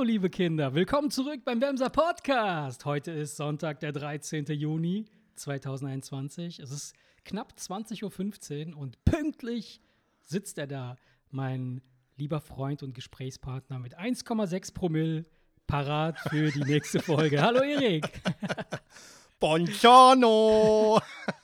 liebe Kinder, willkommen zurück beim Wemser Podcast. Heute ist Sonntag, der 13. Juni 2021. Es ist knapp 20.15 Uhr und pünktlich sitzt er da, mein lieber Freund und Gesprächspartner mit 1,6 Promille parat für die nächste Folge. Hallo Erik. Buongiorno!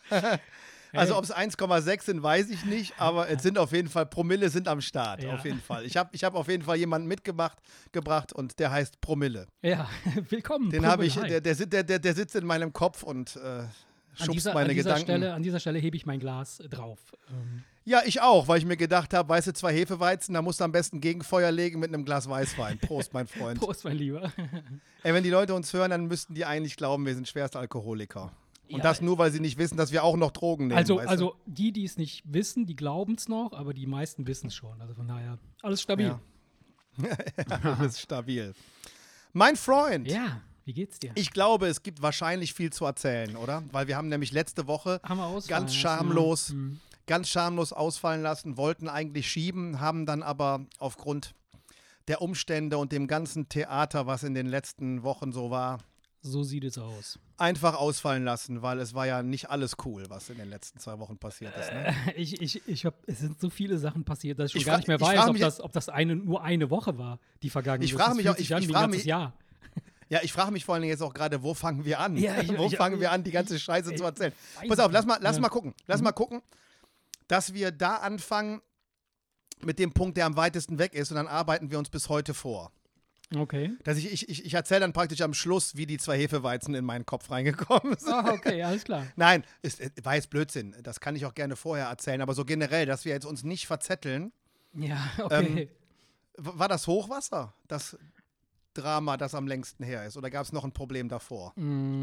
Also ob es 1,6 sind, weiß ich nicht, aber es sind auf jeden Fall, Promille sind am Start, Ja. auf jeden Fall. Ich hab auf jeden Fall jemanden gebracht und der heißt Promille. Ja, willkommen. Den habe ich, der sitzt in meinem Kopf und schubst meine Gedanken. An dieser Stelle hebe ich mein Glas drauf. Ja, ich auch, weil ich mir gedacht habe, weißt du, 2 Hefeweizen, da musst du am besten Gegenfeuer legen mit einem Glas Weißwein. Prost, mein Freund. Prost, mein Lieber. Ey, wenn die Leute uns hören, dann müssten die eigentlich glauben, wir sind schwerste Alkoholiker. Und Ja, das nur, weil sie nicht wissen, dass wir auch noch Drogen nehmen. Also die es nicht wissen, die glauben es noch, aber die meisten wissen es schon. Also von daher, alles stabil. Ja. Alles stabil. Mein Freund, Ja, wie geht's dir? ich glaube, es gibt wahrscheinlich viel zu erzählen, oder? Weil wir haben nämlich letzte Woche Haben wir ausfallen ganz lassen, schamlos, ja. ganz schamlos ausfallen lassen, wollten eigentlich schieben, haben dann aber aufgrund der Umstände und dem ganzen Theater, was in den letzten Wochen so war, So sieht es aus. einfach ausfallen lassen, weil es war ja nicht alles cool, was in den letzten 2 Wochen passiert ist. Ne? Es sind so viele Sachen passiert, dass ich schon Ich gar nicht mehr frag weiß, mich- ob das nur eine Woche war, die vergangen Ich ist. frage Das mich fühlt auch- sich ich an wie ein frage ganzes mich- Jahr. Ja, ich frage mich vor allem jetzt auch gerade, wo fangen wir an? Ja, Wo fangen wir an, die ganze Scheiße zu erzählen? weiß Pass auf, nicht. lass Ja. mal gucken. Lass mal gucken, dass wir da anfangen mit dem Punkt, der am weitesten weg ist und dann arbeiten wir uns bis heute vor. Okay. Dass ich erzähle dann praktisch am Schluss, wie die 2 Hefeweizen in meinen Kopf reingekommen sind. Ah, okay, alles klar. Nein, war jetzt Blödsinn. Das kann ich auch gerne vorher erzählen, aber so generell, dass wir jetzt uns nicht verzetteln. Ja, okay. War das Hochwasser, das Drama, das am längsten her ist? Oder gab es noch ein Problem davor?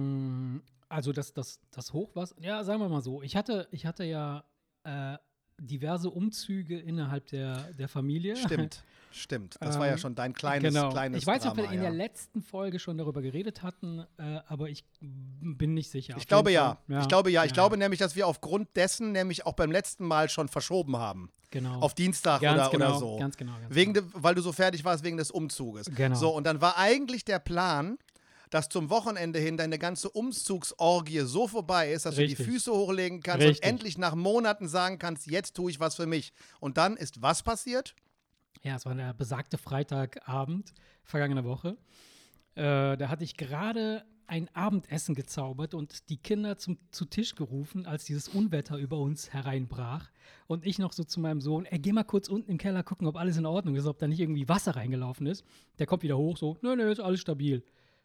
Also das Hochwasser, ja, sagen wir mal so. Ich hatte ja diverse Umzüge innerhalb der Familie. Stimmt. Das war ja schon dein kleines Genau. kleines Ich weiß nicht, ob wir Drama, in der ja. letzten Folge schon darüber geredet hatten, aber ich bin nicht sicher. Ich Auf glaube jeden ja. Fall. Ich glaube ja. Ich glaube nämlich, dass wir aufgrund dessen nämlich auch beim letzten Mal schon verschoben haben. Genau. Auf Dienstag Ganz oder genau, so. Ganz genau. Weil du so fertig warst wegen des Umzuges. Genau. So, und dann war eigentlich der Plan, dass zum Wochenende hin deine ganze Umzugsorgie so vorbei ist, dass du Richtig. die Füße hochlegen kannst Richtig. und endlich nach Monaten sagen kannst, jetzt tue ich was für mich. Und dann ist was passiert? Ja, es war der besagte Freitagabend vergangene Woche. Da hatte ich gerade ein Abendessen gezaubert und die Kinder zu Tisch gerufen, als dieses Unwetter über uns hereinbrach. Und ich noch so zu meinem Sohn, geh mal kurz unten im Keller gucken, ob alles in Ordnung ist, ob da nicht irgendwie Wasser reingelaufen ist. Der kommt wieder hoch, so, nö, ist alles stabil.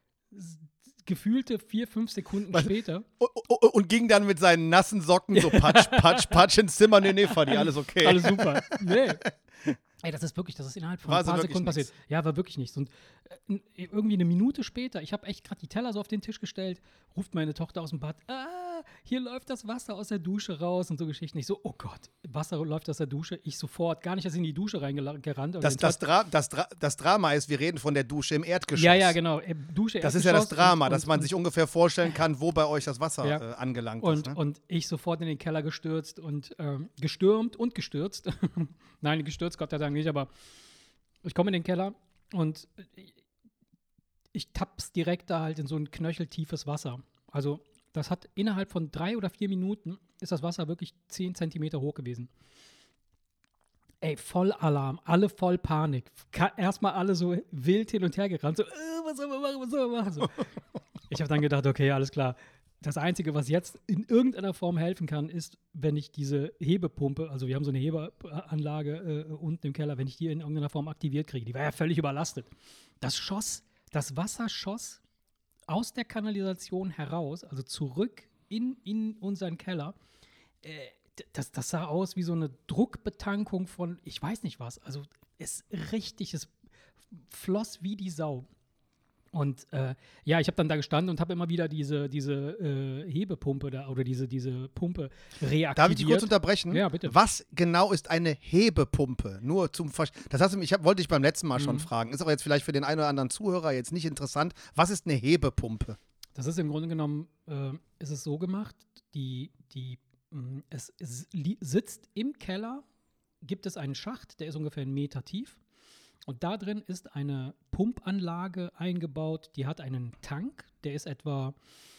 Gefühlte 4-5 Sekunden später. Und ging dann mit seinen nassen Socken so patsch ins Zimmer. Nee, Fadi, alles okay. Alles super. Nee. Ey, das ist innerhalb von War ein so paar wirklich Sekunden nix? passiert. Ja, war wirklich nichts. Und irgendwie eine Minute später, ich habe echt gerade die Teller so auf den Tisch gestellt, ruft meine Tochter aus dem Bad, hier läuft das Wasser aus der Dusche raus und so Geschichten. Ich so, oh Gott, Wasser läuft aus der Dusche. Ich sofort, gar nicht erst in die Dusche reingerannt. Das Drama ist, wir reden von der Dusche im Erdgeschoss. Ja, genau. Dusche, Das ist ja das Erdgeschoss Drama, und- dass man und- sich ungefähr vorstellen kann, wo bei euch das Wasser Ja. angelangt Und, ist. Ne? und ich sofort in den Keller gestürzt und gestürmt und gestürzt. Nein, gestürzt, Gott sei Dank nicht, aber ich komme in den Keller und ich tapp's direkt da halt in so ein knöcheltiefes Wasser. Also das hat innerhalb von 3 oder 4 Minuten ist das Wasser wirklich 10 Zentimeter hoch gewesen. Ey, voll Alarm, alle voll Panik. Erstmal alle so wild hin und her gerannt. So, was soll man machen? So. Ich habe dann gedacht, okay, alles klar. Das Einzige, was jetzt in irgendeiner Form helfen kann, ist, wenn ich diese Hebepumpe, also wir haben so eine Hebeanlage unten im Keller, wenn ich die in irgendeiner Form aktiviert kriege. Die war ja völlig überlastet. Das Wasser schoss aus der Kanalisation heraus, also zurück in unseren Keller. Das sah aus wie so eine Druckbetankung von, ich weiß nicht was. Also es floss wie die Sau. Und ich habe dann da gestanden und habe immer wieder diese Hebepumpe da oder diese Pumpe reaktiviert. Darf ich dich kurz unterbrechen? Ja, bitte. Was genau ist eine Hebepumpe? Nur zum Das wollte ich beim letzten Mal schon fragen. Ist aber jetzt vielleicht für den einen oder anderen Zuhörer jetzt nicht interessant. Was ist eine Hebepumpe? Das ist im Grunde genommen, ist es so gemacht, es sitzt im Keller, gibt es einen Schacht, der ist ungefähr 1 Meter tief. Und da drin ist eine Pumpanlage eingebaut, die hat einen Tank, der ist etwa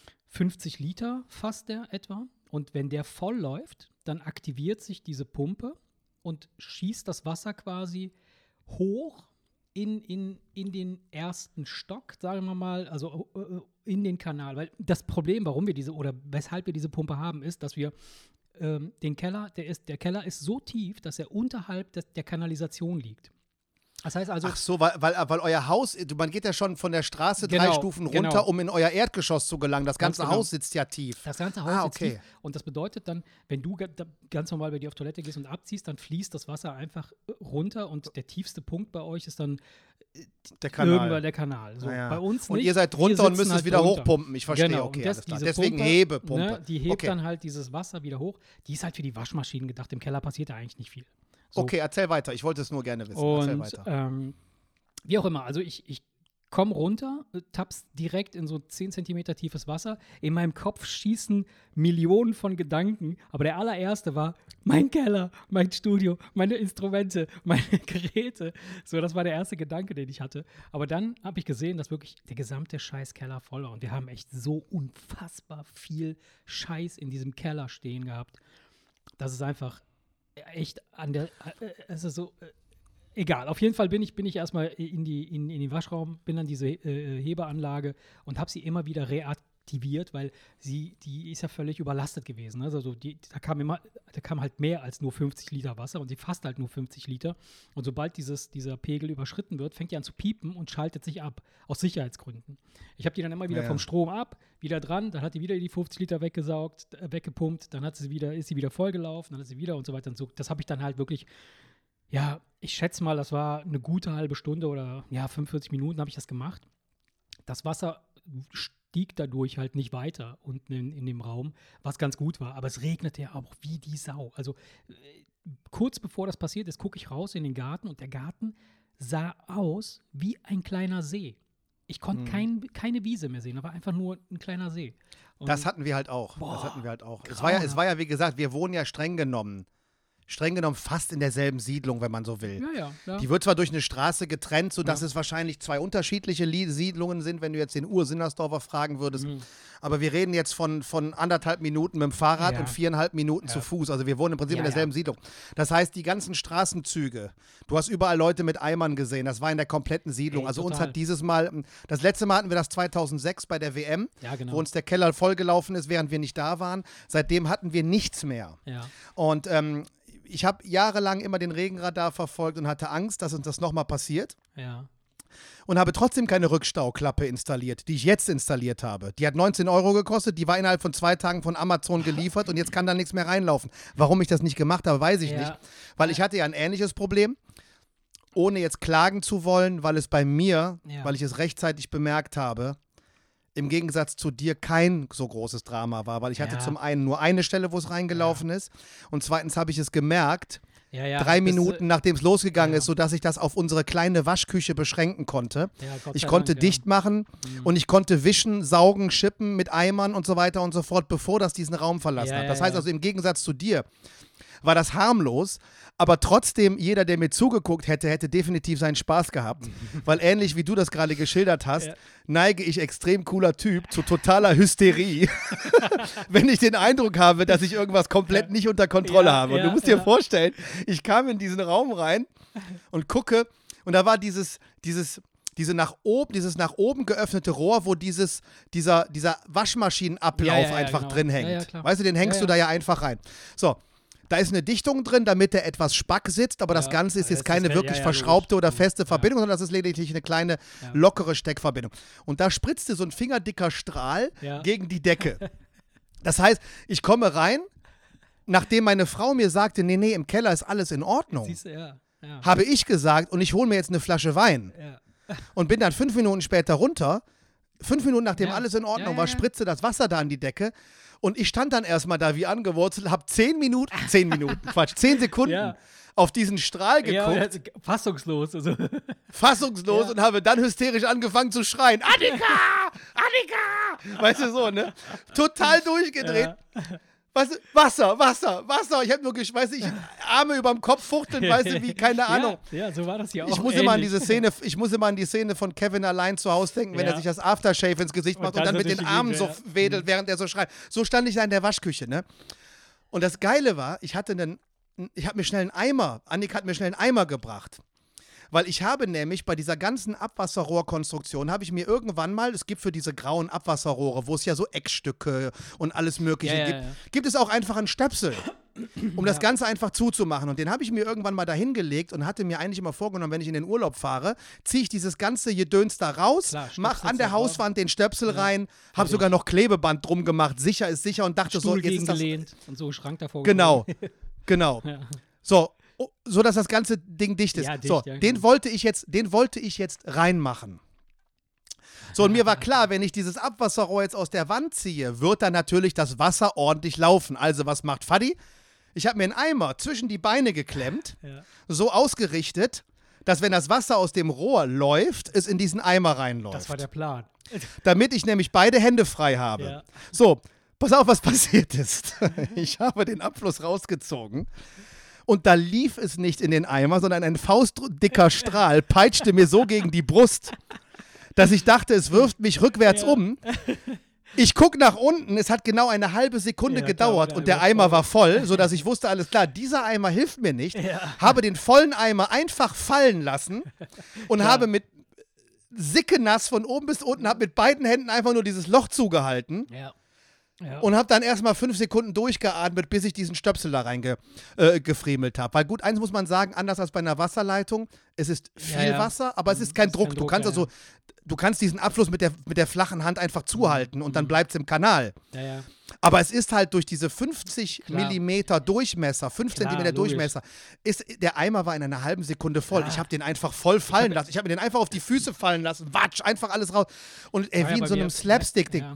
50 Liter, fast der etwa. Und wenn der voll läuft, dann aktiviert sich diese Pumpe und schießt das Wasser quasi hoch in den ersten Stock, sagen wir mal, also in den Kanal. Weil das Problem, warum wir weshalb wir diese Pumpe haben, ist, dass wir den Keller, der Keller ist so tief, dass er unterhalb der Kanalisation liegt. Das heißt also. Ach so, weil euer Haus, man geht ja schon von der Straße 3 Stufen runter, genau. um in euer Erdgeschoss zu gelangen. Das ganze Ganz genau. Haus sitzt ja tief. Das ganze Haus sitzt okay. tief. Und das bedeutet dann, wenn du ganz normal bei dir auf Toilette gehst und abziehst, dann fließt das Wasser einfach runter und der tiefste Punkt bei euch ist dann der Kanal. irgendwann der Kanal. So, ja. Bei uns und nicht. ihr seid drunter und müsst halt es wieder drunter. hochpumpen. Ich verstehe, genau. okay, alles klar. Diese Deswegen Pumpe, Hebepumpe. Ne, die hebt dann halt dieses Wasser wieder hoch. Die ist halt für die Waschmaschinen gedacht. Im Keller passiert da eigentlich nicht viel. So. Okay, erzähl weiter. Ich wollte es nur gerne wissen. Erzähl weiter. Wie auch immer, also ich komme runter, tapp's direkt in so 10 Zentimeter tiefes Wasser. In meinem Kopf schießen Millionen von Gedanken, aber der allererste war, mein Keller, mein Studio, meine Instrumente, meine Geräte. So, das war der erste Gedanke, den ich hatte. Aber dann habe ich gesehen, dass wirklich der gesamte Scheiß-Keller voll war. Und wir haben echt so unfassbar viel Scheiß in diesem Keller stehen gehabt. Das ist einfach echt es ist so. Egal, auf jeden Fall bin ich erstmal in den Waschraum, bin an diese Hebeanlage und habe sie immer wieder reaktiviert, weil die ist ja völlig überlastet gewesen. Also da kam halt mehr als nur 50 Liter Wasser und sie fasst halt nur 50 Liter. Und sobald dieser Pegel überschritten wird, fängt die an zu piepen und schaltet sich ab, aus Sicherheitsgründen. Ich habe die dann immer wieder vom Strom ab, wieder dran, dann hat die wieder die 50 Liter weggepumpt, dann ist sie wieder vollgelaufen, dann ist sie wieder und so weiter und so. Das habe ich dann halt wirklich. Ja, ich schätze mal, das war eine gute halbe Stunde oder 45 Minuten habe ich das gemacht. Das Wasser stieg dadurch halt nicht weiter unten in dem Raum, was ganz gut war. Aber es regnete ja auch wie die Sau. Also kurz bevor das passiert ist, gucke ich raus in den Garten und der Garten sah aus wie ein kleiner See. Ich konnte keine Wiese mehr sehen, aber einfach nur ein kleiner See. Und das hatten wir halt auch. Es war ja, wie gesagt, wir wohnen ja streng genommen fast in derselben Siedlung, wenn man so will. Ja. Die wird zwar durch eine Straße getrennt, sodass es wahrscheinlich 2 unterschiedliche Siedlungen sind, wenn du jetzt den Ur-Sinnersdorfer fragen würdest. Aber wir reden jetzt von 1,5 Minuten mit dem Fahrrad und 4,5 Minuten zu Fuß. Also wir wohnen im Prinzip in derselben Siedlung. Das heißt, die ganzen Straßenzüge, du hast überall Leute mit Eimern gesehen, das war in der kompletten Siedlung. Also uns hat das letzte Mal hatten wir das 2006 bei der WM, wo uns der Keller vollgelaufen ist, während wir nicht da waren. Seitdem hatten wir nichts mehr. Ja. Und ich habe jahrelang immer den Regenradar verfolgt und hatte Angst, dass uns das nochmal passiert. Ja. Und habe trotzdem keine Rückstauklappe installiert, die ich jetzt installiert habe. Die hat 19 € gekostet, die war innerhalb von 2 Tagen von Amazon geliefert und jetzt kann da nichts mehr reinlaufen. Warum ich das nicht gemacht habe, weiß ich nicht. Weil ich hatte ja ein ähnliches Problem, ohne jetzt klagen zu wollen, weil es bei mir, weil ich es rechtzeitig bemerkt habe, im Gegensatz zu dir kein so großes Drama war, weil ich hatte zum einen nur eine Stelle, wo es reingelaufen ist und zweitens habe ich es gemerkt, 3 Minuten nachdem es losgegangen ist, sodass ich das auf unsere kleine Waschküche beschränken konnte. Ich konnte dicht machen und ich konnte wischen, saugen, schippen mit Eimern und so weiter und so fort, bevor das diesen Raum verlassen hat. Das heißt also im Gegensatz zu dir war das harmlos, aber trotzdem, jeder, der mir zugeguckt hätte definitiv seinen Spaß gehabt. Weil ähnlich wie du das gerade geschildert hast, neige ich extrem cooler Typ zu totaler Hysterie, wenn ich den Eindruck habe, dass ich irgendwas komplett nicht unter Kontrolle habe. Und du musst dir vorstellen, ich kam in diesen Raum rein und gucke und da war dieses nach oben geöffnete Rohr, wo dieser Waschmaschinenablauf einfach drin hängt. Weißt du, den hängst du da ja einfach rein. So. Da ist eine Dichtung drin, damit der etwas spack sitzt, aber das Ganze ist jetzt keine wirklich verschraubte oder feste Verbindung, sondern das ist lediglich eine kleine, lockere Steckverbindung. Und da spritzte so ein fingerdicker Strahl gegen die Decke. Das heißt, ich komme rein, nachdem meine Frau mir sagte, nee, im Keller ist alles in Ordnung, Siehst du, habe ich gesagt, und ich hole mir jetzt eine Flasche Wein. Und bin dann 5 Minuten später runter, 5 Minuten nachdem alles in Ordnung war, spritzte das Wasser da an die Decke. Und ich stand dann erstmal da wie angewurzelt, habe 10 Sekunden auf diesen Strahl geguckt. Fassungslos. Also. Fassungslos und habe dann hysterisch angefangen zu schreien. Annika! Annika! Weißt du so, ne? Total durchgedreht. Wasser. Ich habe nur, Arme überm Kopf fuchteln, weißt du, wie, keine Ahnung. Ja, so war das ja auch. Ich muss immer an die Szene von Kevin allein zu Hause denken, wenn er sich das Aftershave ins Gesicht macht und dann mit den Armen so wedelt, während er so schreit. So stand ich da in der Waschküche, ne? Und das Geile war, Annika hat mir schnell einen Eimer gebracht. Weil ich habe nämlich bei dieser ganzen Abwasserrohrkonstruktion, habe ich mir irgendwann mal, es gibt für diese grauen Abwasserrohre, wo es ja so Eckstücke und alles Mögliche gibt, gibt es auch einfach einen Stöpsel, um das Ganze einfach zuzumachen. Und den habe ich mir irgendwann mal dahin gelegt und hatte mir eigentlich immer vorgenommen, wenn ich in den Urlaub fahre, ziehe ich dieses ganze Gedöns da raus, mache an der Hauswand den Stöpsel rein, habe sogar noch Klebeband drum gemacht, sicher ist sicher und dachte Stuhl so, jetzt ist das... gelehnt und so Schrank davor. Genau. Ja. So dass das ganze Ding dicht ist. Ja, dicht, so, ja, den wollte ich jetzt reinmachen. So, und mir war klar, wenn ich dieses Abwasserrohr jetzt aus der Wand ziehe, wird da natürlich das Wasser ordentlich laufen. Also, was macht Fadi? Ich habe mir einen Eimer zwischen die Beine geklemmt, so ausgerichtet, dass, wenn das Wasser aus dem Rohr läuft, es in diesen Eimer reinläuft. Das war der Plan. Damit ich nämlich beide Hände frei habe. Ja. So, pass auf, was passiert ist. Ich habe den Abfluss rausgezogen. Und da lief es nicht in den Eimer, sondern ein faustdicker Strahl peitschte mir so gegen die Brust, dass ich dachte, es wirft mich rückwärts um. Ich gucke nach unten, es hat genau eine halbe Sekunde gedauert und der Eimer war voll, sodass ich wusste, alles klar, dieser Eimer hilft mir nicht. Habe den vollen Eimer einfach fallen lassen und habe mit sickenass von oben bis unten, habe mit beiden Händen einfach nur dieses Loch zugehalten. Und habe dann erstmal 5 Sekunden durchgeatmet, bis ich diesen Stöpsel da reingefriemelt habe. Weil gut, eins muss man sagen, anders als bei einer Wasserleitung, es ist viel Wasser, aber es ist kein Druck. Du kannst du kannst diesen Abfluss mit der flachen Hand einfach zuhalten und dann bleibt es im Kanal. Aber es ist halt durch diese 50 Millimeter Durchmesser, 5 Zentimeter Durchmesser, der Eimer war in einer halben Sekunde voll. Ich habe den einfach voll fallen lassen. Ich habe mir den einfach auf die Füße fallen lassen. Watsch, einfach alles raus. Und wie in so einem Slapstick-Ding.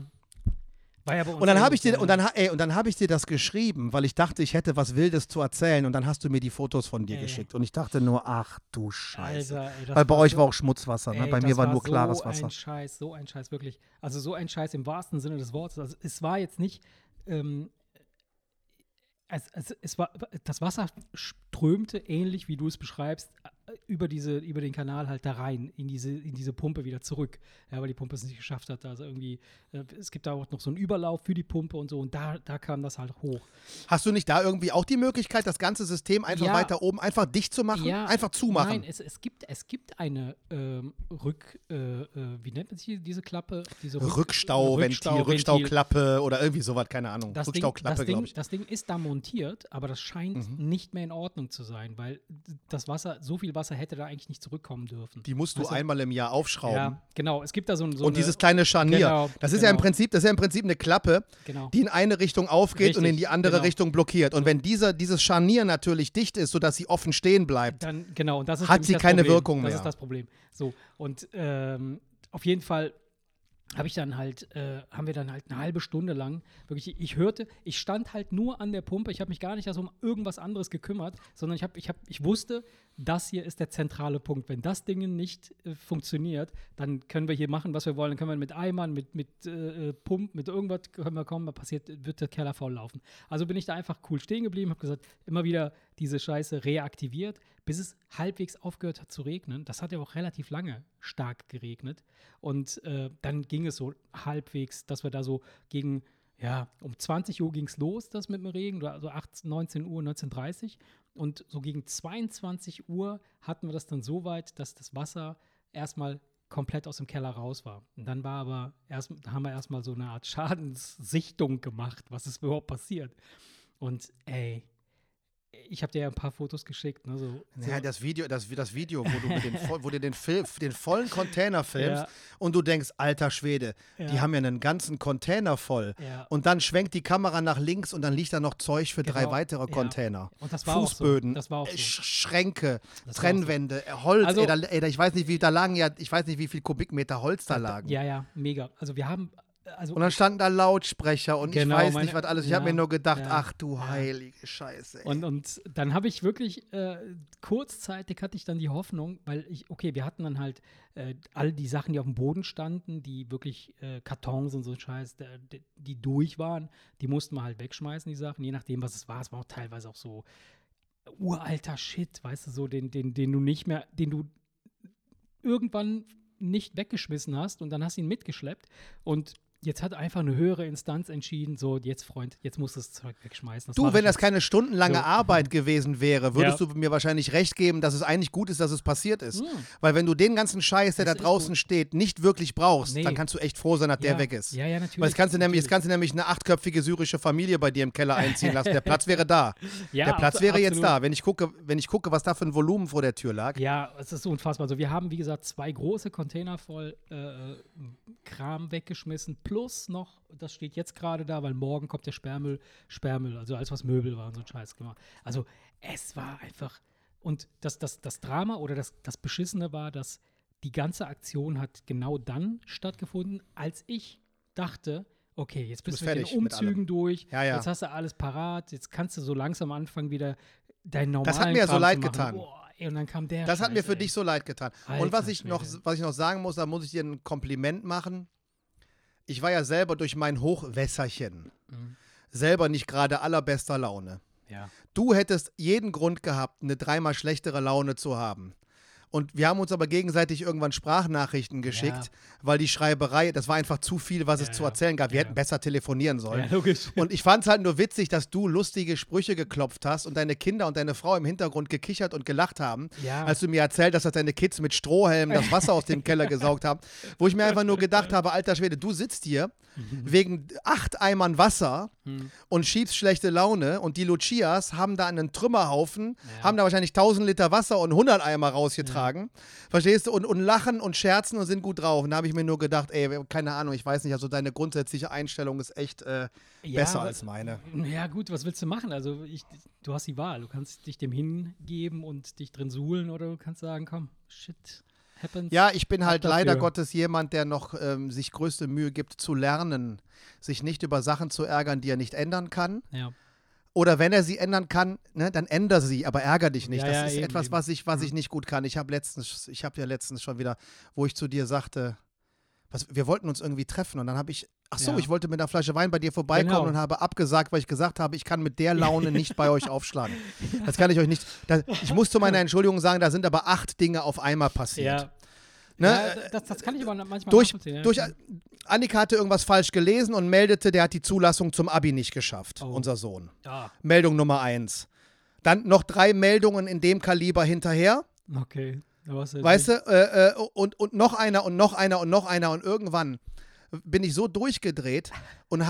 Und dann habe ich dir das geschrieben, weil ich dachte, ich hätte was Wildes zu erzählen und dann hast du mir die Fotos von dir geschickt und ich dachte nur, ach du Scheiße. Alter, weil bei euch war auch Schmutzwasser, ne? Bei mir war nur klares Wasser. So ein Scheiß, wirklich. Also so ein Scheiß im wahrsten Sinne des Wortes. Also es war jetzt nicht, das Wasser strömte ähnlich, wie du es beschreibst, über den Kanal halt da rein, in diese Pumpe wieder zurück. Ja, weil die Pumpe es nicht geschafft hat. Also irgendwie, es gibt da auch noch so einen Überlauf für die Pumpe und so und da kam das halt hoch. Hast du nicht da irgendwie auch die Möglichkeit, das ganze System einfach weiter oben einfach dicht zu machen? Einfach zumachen? Nein, es gibt eine wie nennt man sich diese Klappe? Diese Rückstauventil, Rückstauklappe oder irgendwie sowas, keine Ahnung. Rückstauklappe, glaube ich. Das Ding ist da montiert, aber das scheint nicht mehr in Ordnung zu sein, weil das Wasser, so viel Wasser hätte da eigentlich nicht zurückkommen dürfen. Die musst du einmal im Jahr aufschrauben. Ja, genau. Es gibt da so und dieses kleine Scharnier. Das ist ja im Prinzip eine Klappe, die in eine Richtung aufgeht und in die andere Richtung blockiert. Und wenn dieses Scharnier natürlich dicht ist, sodass sie offen stehen bleibt, dann, und das ist hat sie keine Wirkung mehr. Das ist das Problem. So, und auf jeden Fall haben wir dann halt eine halbe Stunde lang, wirklich, ich stand halt nur an der Pumpe, ich habe mich gar nicht um irgendwas anderes gekümmert, sondern ich wusste, das hier ist der zentrale Punkt. Wenn das Ding nicht funktioniert, dann können wir hier machen, was wir wollen. Dann können wir mit Eimern, mit Pumpen, mit irgendwas können wir kommen, wird der Keller voll laufen. Also bin ich da einfach cool stehen geblieben, habe gesagt, immer wieder diese Scheiße reaktiviert, bis es halbwegs aufgehört hat zu regnen. Das hat ja auch relativ lange stark geregnet. Und dann ging es so halbwegs, dass wir da so gegen, um 20 Uhr ging es los, das mit dem Regen, also 19 Uhr, 19:30 und so gegen 22 Uhr hatten wir das dann so weit, dass das Wasser erstmal komplett aus dem Keller raus war. Und dann haben wir erstmal so eine Art Schadenssichtung gemacht, was ist überhaupt passiert. Und ich habe dir ja ein paar Fotos geschickt. Ne, so. Das Video, wo du den vollen Container filmst und du denkst, alter Schwede, die haben ja einen ganzen Container voll. Ja. Und dann schwenkt die Kamera nach links und dann liegt da noch Zeug für 3 weitere Container. Und das war Fußböden, auch so. Schränke, Trennwände, Holz. Also, ich weiß nicht, wie viel Kubikmeter Holz da lagen. Ja, mega. Also wir haben also. Und dann standen da Lautsprecher und genau, ich weiß nicht, was alles. Ich habe mir nur gedacht, ach du heilige Scheiße. Ey. Und dann habe ich wirklich, kurzzeitig hatte ich dann die Hoffnung, weil wir hatten dann halt all die Sachen, die auf dem Boden standen, die wirklich Kartons und so Scheiß, die durch waren, die mussten wir halt wegschmeißen, die Sachen, je nachdem, was es war. Es war auch teilweise auch so uralter Shit, weißt du, so den du irgendwann nicht weggeschmissen hast und dann hast du ihn mitgeschleppt und jetzt hat einfach eine höhere Instanz entschieden, so jetzt Freund, jetzt musst du das Zeug wegschmeißen. Wenn das keine stundenlange Arbeit gewesen wäre, würdest du mir wahrscheinlich recht geben, dass es eigentlich gut ist, dass es passiert ist. Weil wenn du den ganzen Scheiß, der da draußen steht, nicht wirklich brauchst, dann kannst du echt froh sein, dass der weg ist. Ja, natürlich. Weil jetzt kannst du nämlich eine 8-köpfige syrische Familie bei dir im Keller einziehen lassen. Der Platz wäre da. Der Platz wäre jetzt da. Wenn ich gucke, was da für ein Volumen vor der Tür lag. Ja, es ist unfassbar. Also wir haben, wie gesagt, 2 große Container voll Kram weggeschmissen, plus noch, das steht jetzt gerade da, weil morgen kommt der Sperrmüll, also alles, was Möbel war und so ein Scheiß gemacht. Also es war einfach, und das Drama oder das Beschissene war, dass die ganze Aktion hat genau dann stattgefunden, als ich dachte, okay, jetzt bist du mit den Umzügen durch, jetzt hast du alles parat, jetzt kannst du so langsam anfangen, wieder deinen normalen Das hat mir Kram so leid zu machen. getan. Boah, und dann kam der Das hat mir für dich so leid getan. Alter, und was ich noch sagen muss, da muss ich dir ein Kompliment machen. Ich war ja selber durch mein Hochwässerchen selber nicht gerade allerbester Laune. Ja. Du hättest jeden Grund gehabt, eine 3-mal schlechtere Laune zu haben. Und wir haben uns aber gegenseitig irgendwann Sprachnachrichten geschickt, weil die Schreiberei, das war einfach zu viel, was es zu erzählen gab. Wir hätten besser telefonieren sollen. Ja, logisch. Und ich fand es halt nur witzig, dass du lustige Sprüche geklopft hast und deine Kinder und deine Frau im Hintergrund gekichert und gelacht haben, als du mir erzählt hast, dass deine Kids mit Strohhelmen das Wasser aus dem Keller gesaugt haben. Wo ich mir einfach nur gedacht habe, alter Schwede, du sitzt hier wegen 8 Eimern Wasser und schiebst schlechte Laune und die Lucias haben da einen Trümmerhaufen, haben da wahrscheinlich 1000 Liter Wasser und 100 Eimer rausgetragen. Verstehst du? Und lachen und scherzen und sind gut drauf. Und da habe ich mir nur gedacht, ey, keine Ahnung, ich weiß nicht, also deine grundsätzliche Einstellung ist echt besser als meine. Ja gut, was willst du machen? Also du hast die Wahl. Du kannst dich dem hingeben und dich drin suhlen oder du kannst sagen, komm, shit. Happens. Ja, ich bin halt leider Gottes jemand, der noch sich größte Mühe gibt zu lernen, sich nicht über Sachen zu ärgern, die er nicht ändern kann. Ja. Oder wenn er sie ändern kann, ne, dann ändere sie, aber ärgere dich nicht. Ja, das ist eben, etwas, was ich nicht gut kann. Ich habe ja letztens schon wieder, wo ich zu dir sagte, wir wollten uns irgendwie treffen und dann habe ich, ich wollte mit einer Flasche Wein bei dir vorbeikommen und habe abgesagt, weil ich gesagt habe, ich kann mit der Laune nicht bei euch aufschlagen. Das kann ich euch nicht. Ich muss zu meiner Entschuldigung sagen, da sind aber 8 Dinge auf einmal passiert. Ja. Ne? Ja, das kann ich aber manchmal nachvollziehen. Annika hatte irgendwas falsch gelesen und meldete, der hat die Zulassung zum Abi nicht geschafft, unser Sohn. Meldung Nummer 1. Dann noch 3 Meldungen in dem Kaliber hinterher. Okay. Weißt du, und noch einer und noch einer und noch einer und irgendwann bin ich so durchgedreht und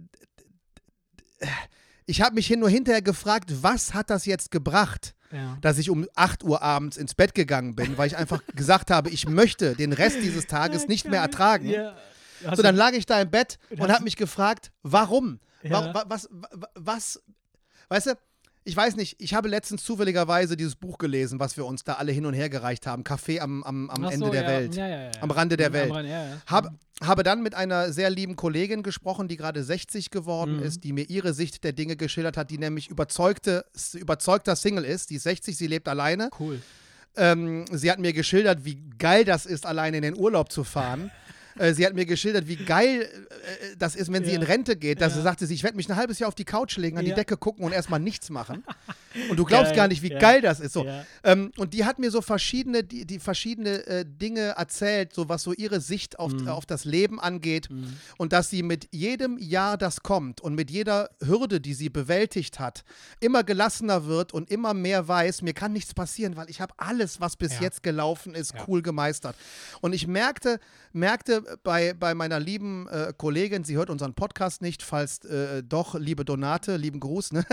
ich habe mich nur hinterher gefragt, was hat das jetzt gebracht, dass ich um 8 Uhr abends ins Bett gegangen bin, weil ich einfach gesagt habe, ich möchte den Rest dieses Tages nicht mehr ertragen. Ja. So, dann lag ich da im Bett und habe mich gefragt, warum? Ja. Was? Weißt du, ich weiß nicht, ich habe letztens zufälligerweise dieses Buch gelesen, was wir uns da alle hin und her gereicht haben, Café am Ende der Welt, am Rande der Welt. Habe dann mit einer sehr lieben Kollegin gesprochen, die gerade 60 geworden ist, die mir ihre Sicht der Dinge geschildert hat, die nämlich überzeugter Single ist, die ist 60, sie lebt alleine. Cool. Sie hat mir geschildert, wie geil das ist, alleine in den Urlaub zu fahren. Sie hat mir geschildert, wie geil das ist, wenn sie in Rente geht. Dass sie sagte, ich werde mich ein halbes Jahr auf die Couch legen, an die Decke gucken und erstmal nichts machen. Und du glaubst gar nicht, wie geil das ist. So. Ja. Und die hat mir so verschiedene Dinge erzählt, so was so ihre Sicht auf das Leben angeht. Und dass sie mit jedem Jahr, das kommt und mit jeder Hürde, die sie bewältigt hat, immer gelassener wird und immer mehr weiß, mir kann nichts passieren, weil ich habe alles, was bis jetzt gelaufen ist, cool gemeistert. Und ich merkte bei meiner lieben Kollegin, sie hört unseren Podcast nicht, falls doch, liebe Donate, lieben Gruß, ne?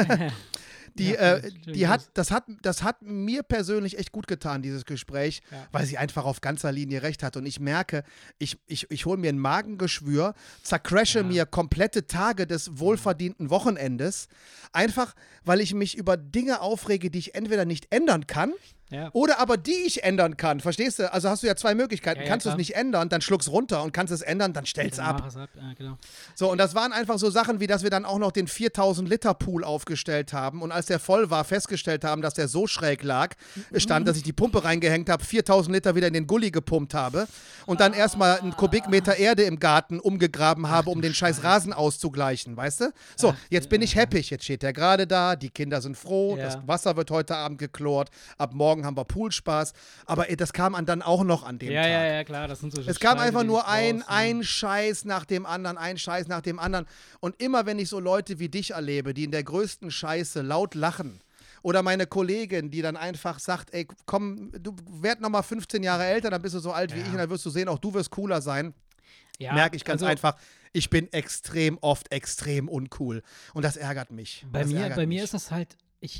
Das hat mir persönlich echt gut getan, dieses Gespräch, weil sie einfach auf ganzer Linie recht hat. Und ich merke, ich hole mir ein Magengeschwür, zercrashe mir komplette Tage des wohlverdienten Wochenendes, einfach weil ich mich über Dinge aufrege, die ich entweder nicht ändern kann, Ja. Oder aber die ich ändern kann, verstehst du? Also hast du ja zwei Möglichkeiten. Ja, kannst du es klar. nicht ändern, dann schluck's runter und kannst es ändern, dann stell's Dann ab. mach es ab. Ja, genau. So, und das waren einfach so Sachen, wie dass wir dann auch noch den 4000-Liter-Pool aufgestellt haben und als der voll war, festgestellt haben, dass der so schräg lag, stand, dass ich die Pumpe reingehängt habe, 4000 Liter wieder in den Gully gepumpt habe und dann erstmal einen Kubikmeter Erde im Garten umgegraben habe, um den scheiß Rasen auszugleichen, weißt du? So, jetzt bin ich happy, jetzt steht der gerade da, die Kinder sind froh, das Wasser wird heute Abend geklort, ab morgen haben wir Poolspaß, aber das kam dann auch noch an dem Tag. Ja, klar, das sind so Es kam Scheiße, einfach die nur nicht raus, ein Scheiß nach dem anderen, ein Scheiß nach dem anderen. Und immer wenn ich so Leute wie dich erlebe, die in der größten Scheiße laut lachen, oder meine Kollegin, die dann einfach sagt, ey, komm, du werd noch mal 15 Jahre älter, dann bist du so alt wie ich und dann wirst du sehen, auch du wirst cooler sein. Ja, merke ich ganz also einfach, ich bin extrem oft extrem uncool. Und das ärgert mich. Bei mir ist das halt,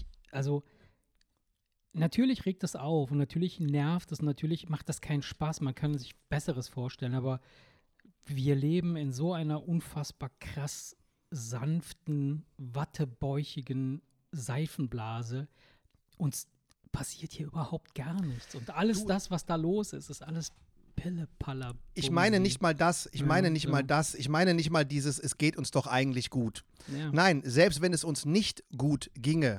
natürlich regt das auf und natürlich nervt es, natürlich macht das keinen Spaß, man kann sich Besseres vorstellen, aber wir leben in so einer unfassbar krass sanften, wattebäuchigen Seifenblase. Uns passiert hier überhaupt gar nichts. Und alles das, was da los ist, ist alles Pille-Paller. Ich meine nicht mal das, ich meine nicht mal dieses, es geht uns doch eigentlich gut. Ja. Nein, selbst wenn es uns nicht gut ginge,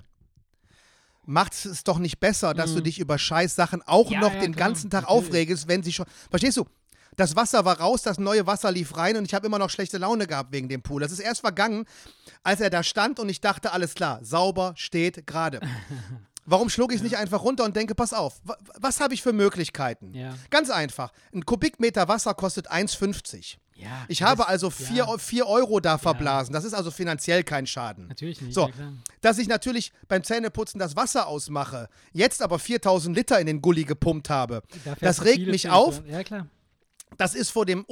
macht es doch nicht besser, dass du dich über Scheißsachen auch noch den ganzen Tag aufregst, wenn sie schon. Verstehst du? Das Wasser war raus, das neue Wasser lief rein und ich habe immer noch schlechte Laune gehabt wegen dem Pool. Das ist erst vergangen, als er da stand und ich dachte, alles klar, sauber, steht, gerade. Warum schlug ich es nicht einfach runter und denke, pass auf, was habe ich für Möglichkeiten? Ja. Ganz einfach, ein Kubikmeter Wasser kostet 1,50. Ja, ich habe also 4 Euro da verblasen. Das ist also finanziell kein Schaden. Natürlich nicht. So, Ja, klar. dass ich natürlich beim Zähneputzen das Wasser ausmache, jetzt aber 4000 Liter in den Gully gepumpt habe, das regt mich auf. Ja, klar. Das ist vor dem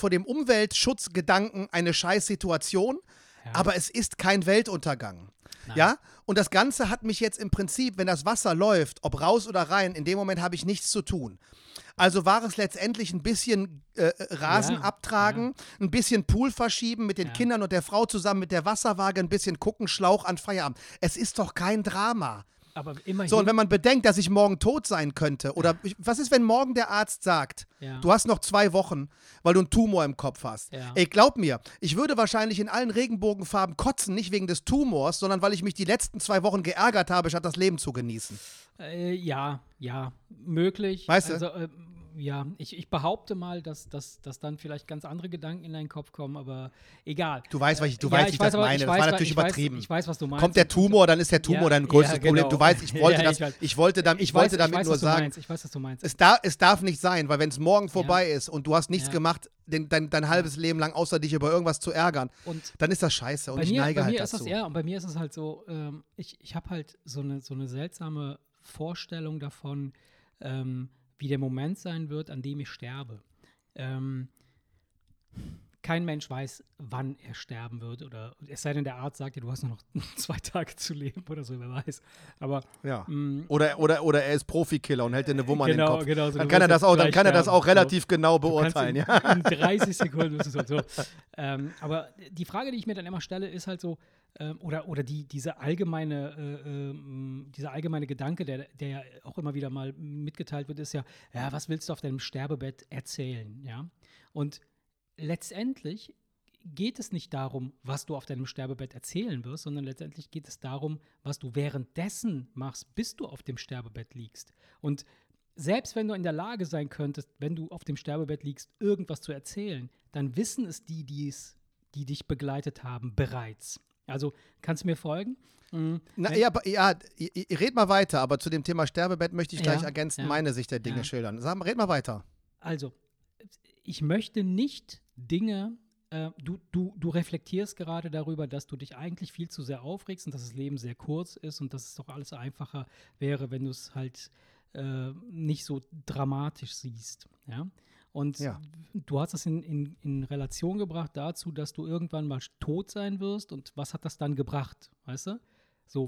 Umweltschutzgedanken eine Scheißsituation, aber es ist kein Weltuntergang. Nein. Ja? Und das Ganze hat mich jetzt im Prinzip, wenn das Wasser läuft, ob raus oder rein, in dem Moment habe ich nichts zu tun. Also war es letztendlich ein bisschen Rasen abtragen, ein bisschen Pool verschieben mit den Kindern und der Frau zusammen mit der Wasserwaage, ein bisschen gucken, Schlauch an Feierabend. Es ist doch kein Drama. Aber immerhin. So, und wenn man bedenkt, dass ich morgen tot sein könnte, oder was ist, wenn morgen der Arzt sagt, du hast noch 2 Wochen, weil du einen Tumor im Kopf hast. Ja. Ey, glaub mir, ich würde wahrscheinlich in allen Regenbogenfarben kotzen, nicht wegen des Tumors, sondern weil ich mich die letzten 2 Wochen geärgert habe, statt das Leben zu genießen. Ja, möglich. Weißt du? Also, ich behaupte mal, dass dann vielleicht ganz andere Gedanken in deinen Kopf kommen, aber egal. Du weißt, wie ich das meine. Das war natürlich übertrieben. Ich weiß, was du meinst. Kommt der Tumor, dann ist der Tumor dein größtes genau. Problem. Du weißt, ich wollte damit nur sagen, ich weiß, was du meinst. es darf nicht sein, weil wenn es morgen vorbei ist und du hast nichts gemacht, dein halbes Leben lang, außer dich über irgendwas zu ärgern, dann ist das scheiße und ich neige halt dazu. Und bei mir ist es halt so, ich habe halt so eine seltsame Vorstellung davon, wie der Moment sein wird, an dem ich sterbe. Kein Mensch weiß, wann er sterben wird. Oder es sei denn, der Arzt sagt dir, du hast nur noch 2 Tage zu leben oder so, wer weiß. Aber, oder er ist Profikiller und hält dir eine Wumme an den Kopf. Genau, so dann kann er das auch relativ genau beurteilen. In 30 Sekunden ist es so. Aber die Frage, die ich mir dann immer stelle, ist halt so, oder dieser allgemeine Gedanke, der ja auch immer wieder mal mitgeteilt wird, ist ja, was willst du auf deinem Sterbebett erzählen? Ja? Und letztendlich geht es nicht darum, was du auf deinem Sterbebett erzählen wirst, sondern letztendlich geht es darum, was du währenddessen machst, bis du auf dem Sterbebett liegst. Und selbst wenn du in der Lage sein könntest, wenn du auf dem Sterbebett liegst, irgendwas zu erzählen, dann wissen es die dich begleitet haben, bereits. Also, kannst du mir folgen? Red mal weiter, aber zu dem Thema Sterbebett möchte ich gleich ergänzend meine Sicht der Dinge schildern. Red mal weiter. Also, ich möchte nicht Dinge, du reflektierst gerade darüber, dass du dich eigentlich viel zu sehr aufregst und dass das Leben sehr kurz ist und dass es doch alles einfacher wäre, wenn du es halt nicht so dramatisch siehst, ja? Und du hast das in Relation gebracht dazu, dass du irgendwann mal tot sein wirst. Und was hat das dann gebracht, weißt du? So,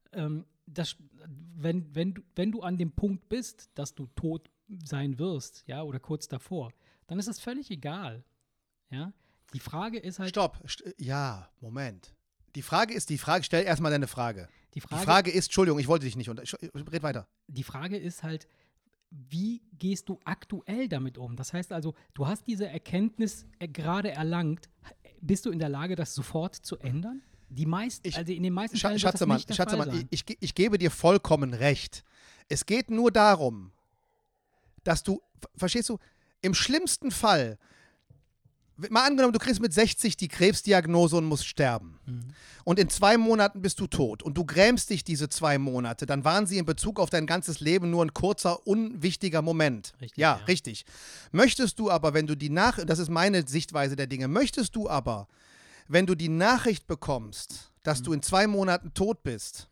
wenn du an dem Punkt bist, dass du tot sein wirst, ja, oder kurz davor, dann ist das völlig egal, ja. Die Frage ist halt… Stopp. Moment. Stell erstmal deine Frage. Die Frage ist, Entschuldigung, ich wollte dich nicht red weiter. Die Frage ist halt, wie gehst du aktuell damit um? Das heißt also, du hast diese Erkenntnis gerade erlangt. Bist du in der Lage, das sofort zu ändern? Also in den meisten Fällen wird das nicht der Fall sein. Ich gebe dir vollkommen recht. Es geht nur darum, dass du, verstehst du, im schlimmsten Fall, mal angenommen, du kriegst mit 60 die Krebsdiagnose und musst sterben. Und in 2 Monaten bist du tot und du grämst dich diese 2 Monate, dann waren sie in Bezug auf dein ganzes Leben nur ein kurzer, unwichtiger Moment. Richtig, ja, richtig. Möchtest du aber, wenn du das ist meine Sichtweise der Dinge, möchtest du aber, wenn du die Nachricht bekommst, dass du in 2 Monaten tot bist,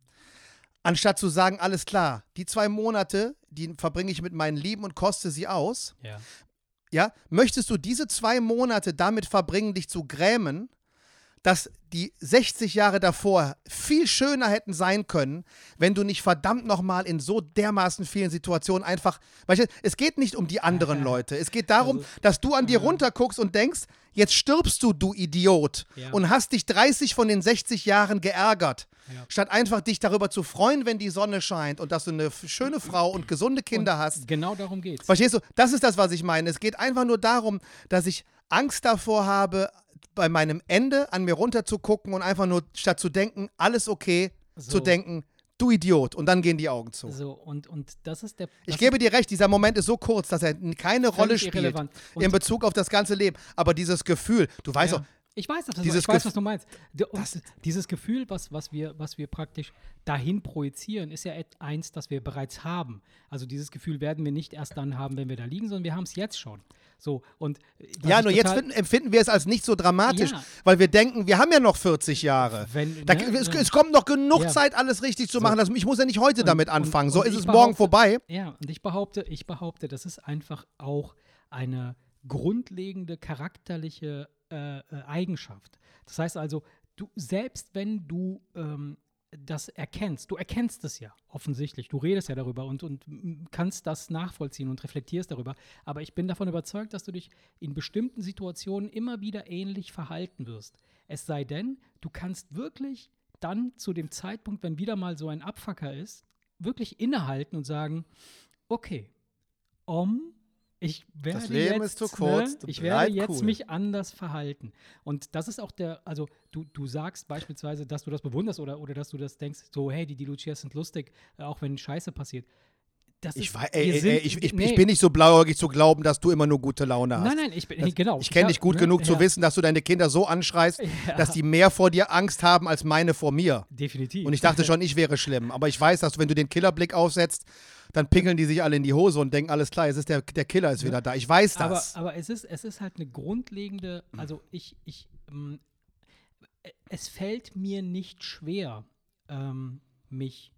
anstatt zu sagen, alles klar, die 2 Monate, die verbringe ich mit meinen Lieben und koste sie aus, ja, möchtest du diese 2 Monate damit verbringen, dich zu grämen, dass die 60 Jahre davor viel schöner hätten sein können, wenn du nicht verdammt nochmal in so dermaßen vielen Situationen einfach, weißt du, es geht nicht um die anderen Leute, es geht darum, dass du an dir runterguckst und denkst, jetzt stirbst du, du Idiot, und hast dich 30 von den 60 Jahren geärgert, statt einfach dich darüber zu freuen, wenn die Sonne scheint und dass du eine schöne Frau und gesunde Kinder hast. Genau darum geht's. Verstehst du? Das ist das, was ich meine. Es geht einfach nur darum, dass ich Angst davor habe, bei meinem Ende an mir runter zu gucken und einfach nur, statt zu denken, alles okay, zu denken, du Idiot. Und dann gehen die Augen zu. So, und das ist der... Ich gebe dir recht, dieser Moment ist so kurz, dass er keine Rolle spielt in Bezug auf das ganze Leben. Aber dieses Gefühl, du weißt doch... Ich weiß, was du meinst. Dieses Gefühl, was wir praktisch dahin projizieren, ist ja eins, das wir bereits haben. Also dieses Gefühl werden wir nicht erst dann haben, wenn wir da liegen, sondern wir haben es jetzt schon. So, und ja, nur jetzt empfinden wir es als nicht so dramatisch, weil wir denken, wir haben ja noch 40 Jahre. Es kommt noch genug Zeit, alles richtig zu machen. Ich muss ja nicht heute damit anfangen. So ist es morgen vorbei. Ja, und ich behaupte, das ist einfach auch eine grundlegende charakterliche Eigenschaft. Das heißt also, selbst wenn du das erkennst, du erkennst es ja offensichtlich, du redest ja darüber und kannst das nachvollziehen und reflektierst darüber, aber ich bin davon überzeugt, dass du dich in bestimmten Situationen immer wieder ähnlich verhalten wirst. Es sei denn, du kannst wirklich dann zu dem Zeitpunkt, wenn wieder mal so ein Abfucker ist, wirklich innehalten und sagen, okay, das Leben ist zu kurz, ich werde jetzt mich anders verhalten. Und das ist auch also du sagst beispielsweise, dass du das bewunderst oder dass du das denkst, so, hey, die Lucias sind lustig, auch wenn Scheiße passiert. Ich bin nicht so blauäugig zu glauben, dass du immer nur gute Laune hast. Nein, ich kenne dich gut genug zu wissen, dass du deine Kinder so anschreist, dass die mehr vor dir Angst haben als meine vor mir. Definitiv. Und ich dachte schon, ich wäre schlimm. Aber ich weiß, dass wenn du den Killerblick aufsetzt, dann pinkeln die sich alle in die Hose und denken, alles klar, der Killer ist wieder da. Ich weiß das. Aber es ist halt eine grundlegende, also es fällt mir nicht schwer, mich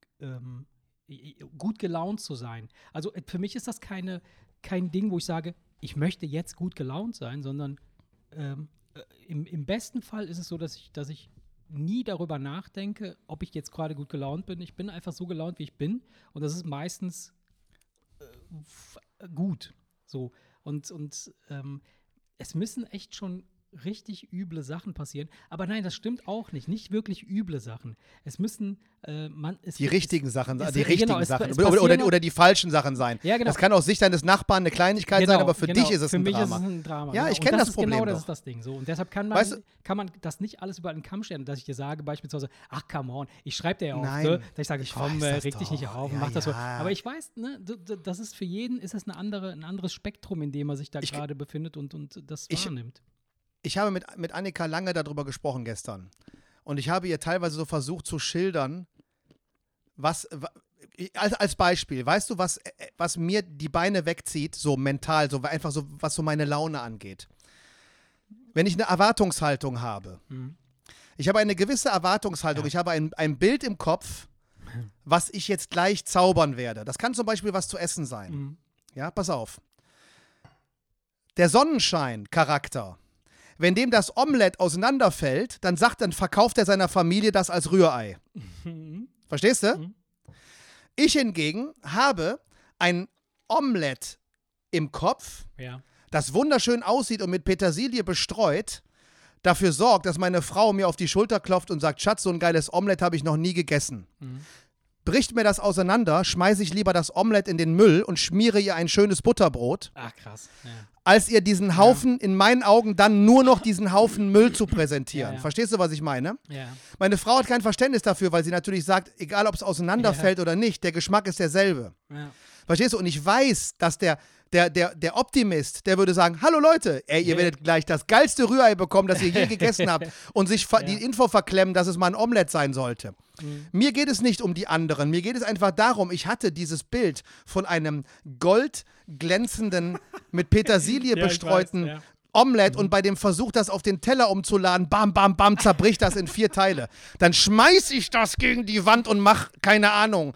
gut gelaunt zu sein. Also für mich ist das kein Ding, wo ich sage, ich möchte jetzt gut gelaunt sein, sondern im besten Fall ist es so, dass ich nie darüber nachdenke, ob ich jetzt gerade gut gelaunt bin. Ich bin einfach so gelaunt, wie ich bin, und das ist meistens gut. So. Und es müssen echt schon richtig üble Sachen passieren. Aber nein, das stimmt auch nicht. Nicht wirklich üble Sachen. Es müssen die richtigen Sachen oder die falschen Sachen sein. Ja, genau. Das kann aus Sicht deines Nachbarn eine Kleinigkeit sein, aber für dich ist es ein Drama. Für mich ist es ein Drama. Ja, ich kenne das Problem. Genau, das ist das Ding. So. Und deshalb kann man das nicht alles über einen Kamm stellen, dass ich dir sage beispielsweise, ach, come on, ich schreibe dir ja auch, so, dass ich sage, komm, reg dich nicht auf, mach das so. Aber ich weiß, ne, das ist für jeden ist es ein anderes Spektrum, in dem er sich da gerade befindet und das wahrnimmt. Ich habe mit Annika lange darüber gesprochen gestern. Und ich habe ihr teilweise so versucht zu schildern, als Beispiel, weißt du, was mir die Beine wegzieht, so mental, so einfach so, was so meine Laune angeht. Wenn ich eine Erwartungshaltung habe. Ich habe eine gewisse Erwartungshaltung. Ja. Ich habe ein Bild im Kopf, was ich jetzt gleich zaubern werde. Das kann zum Beispiel was zu essen sein. Ja, pass auf. Der Sonnenschein-Charakter. Wenn dem das Omelett auseinanderfällt, dann verkauft er seiner Familie das als Rührei. Verstehst du? Ich hingegen habe ein Omelett im Kopf, das wunderschön aussieht und mit Petersilie bestreut, dafür sorgt, dass meine Frau mir auf die Schulter klopft und sagt, Schatz, so ein geiles Omelett habe ich noch nie gegessen. Bricht mir das auseinander, schmeiße ich lieber das Omelett in den Müll und schmiere ihr ein schönes Butterbrot, Ach, krass. Ja. als ihr diesen Haufen, in meinen Augen dann nur noch diesen Haufen Müll zu präsentieren. Ja. Verstehst du, was ich meine? Ja. Meine Frau hat kein Verständnis dafür, weil sie natürlich sagt, egal ob es auseinanderfällt oder nicht, der Geschmack ist derselbe. Ja. Verstehst du? Und ich weiß, dass der Optimist, der würde sagen, hallo Leute, ihr werdet gleich das geilste Rührei bekommen, das ihr je gegessen habt und sich die Info verklemmen, dass es mal ein Omelett sein sollte. Mir geht es nicht um die anderen, mir geht es einfach darum, ich hatte dieses Bild von einem goldglänzenden, mit Petersilie bestreuten Omelett und bei dem Versuch, das auf den Teller umzuladen, bam, bam, bam, zerbricht das in 4 Teile. Dann schmeiß ich das gegen die Wand und mach, keine Ahnung,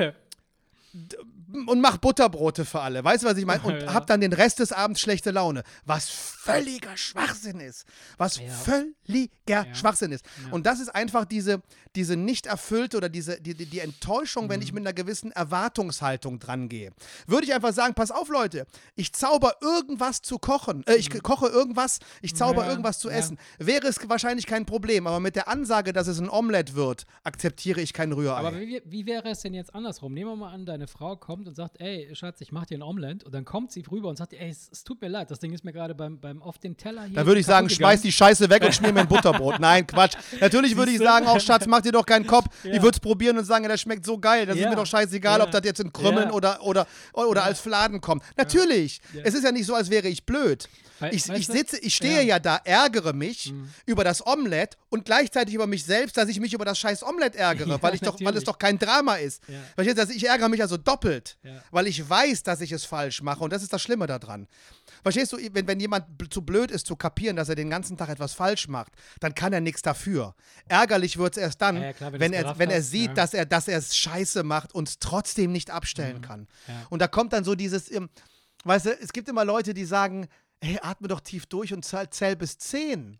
und mach Butterbrote für alle. Weißt du, was ich meine? Und hab dann den Rest des Abends schlechte Laune. Was völliger Schwachsinn ist. Was völliger Schwachsinn ist. Ja. Und das ist einfach diese nicht erfüllte oder die Enttäuschung, wenn ich mit einer gewissen Erwartungshaltung dran gehe. Würde ich einfach sagen, pass auf, Leute, ich zauber irgendwas zu kochen. Ich koche irgendwas, ich zauber irgendwas zu essen. Wäre es wahrscheinlich kein Problem. Aber mit der Ansage, dass es ein Omelett wird, akzeptiere ich kein Rührei. Aber wie wäre es denn jetzt andersrum? Nehmen wir mal an, deine Frau kommt und sagt, ey, Schatz, ich mach dir ein Omelett. Und dann kommt sie rüber und sagt, ey, es tut mir leid, das Ding ist mir gerade beim auf den Teller hier. Da würde ich sagen, schmeiß die Scheiße weg und schmier mir ein Butterbrot. Nein, Quatsch. Natürlich würde ich sagen, auch Schatz, mach dir doch keinen Kopf. Ich würde es probieren und sagen, ja, das schmeckt so geil. Das ist mir doch scheißegal, ob das jetzt in Krümmeln oder als Fladen kommt. Natürlich. Es ist ja nicht so, als wäre ich blöd. Ich stehe ja da, ärgere mich über das Omelett und gleichzeitig über mich selbst, dass ich mich über das scheiß Omelett ärgere, weil es doch kein Drama ist. Ja. Ich ärgere mich also doppelt, weil ich weiß, dass ich es falsch mache und das ist das Schlimme daran. Verstehst du, wenn jemand zu blöd ist zu kapieren, dass er den ganzen Tag etwas falsch macht, dann kann er nichts dafür. Ärgerlich wird es erst dann, wenn er sieht, dass er es scheiße macht und es trotzdem nicht abstellen kann. Ja. Und da kommt dann so dieses, weißt du, es gibt immer Leute, die sagen, hey, atme doch tief durch und zähl bis 10.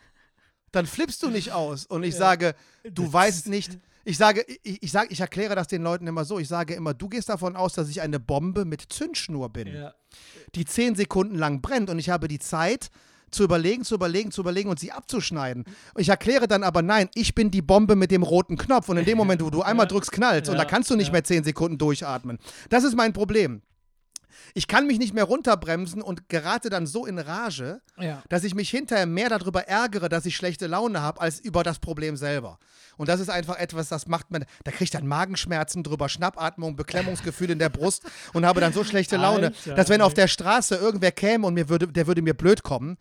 Dann flippst du nicht aus. Und ich sage, du weißt nicht. Ich erkläre das den Leuten immer so. Ich sage immer, du gehst davon aus, dass ich eine Bombe mit Zündschnur bin, die 10 Sekunden lang brennt und ich habe die Zeit zu überlegen und sie abzuschneiden. Ich erkläre dann aber, nein, ich bin die Bombe mit dem roten Knopf und in dem Moment, wo du einmal drückst, knallst und da kannst du nicht mehr 10 Sekunden durchatmen. Das ist mein Problem. Ich kann mich nicht mehr runterbremsen und gerate dann so in Rage, dass ich mich hinterher mehr darüber ärgere, dass ich schlechte Laune habe, als über das Problem selber. Und das ist einfach etwas, das macht man, da kriege ich dann Magenschmerzen drüber, Schnappatmung, Beklemmungsgefühl in der Brust und habe dann so schlechte Laune, dass wenn auf der Straße irgendwer käme und der würde mir blöd kommen,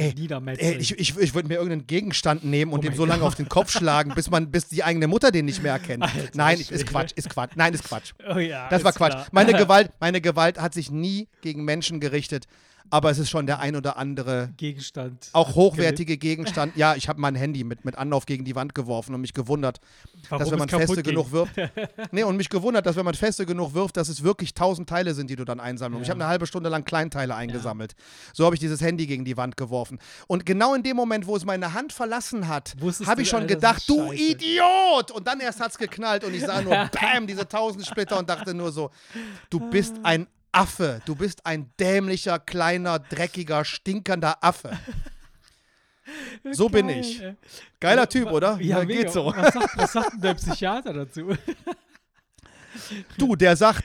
ich würde mir irgendeinen Gegenstand nehmen und dem so lange auf den Kopf schlagen, bis die eigene Mutter den nicht mehr erkennt. Alter, nein, ist Quatsch. Nein, ist Quatsch. Oh ja, das war Quatsch. Meine Gewalt hat sich nie gegen Menschen gerichtet, aber es ist schon der ein oder andere Gegenstand. Auch hochwertige Gegenstand. Ja, ich habe mein Handy mit Anlauf gegen die Wand geworfen und mich gewundert, dass wenn man feste genug wirft. Und mich gewundert, dass wenn man feste genug wirft, dass es wirklich 1000 Teile sind, die du dann einsammelst. Ja. Ich habe eine halbe Stunde lang Kleinteile eingesammelt. So habe ich dieses Handy gegen die Wand geworfen. Und genau in dem Moment, wo es meine Hand verlassen hat, habe ich schon gedacht, du Idiot! Und dann erst hat es geknallt und ich sah nur BAM, diese 1000 Splitter und dachte nur so, du bist ein Affe. Du bist ein dämlicher, kleiner, dreckiger, stinkernder Affe. So bin ich. Geiler Typ, oder? Ja, geht so. Was sagt denn der Psychiater dazu? Du, der sagt,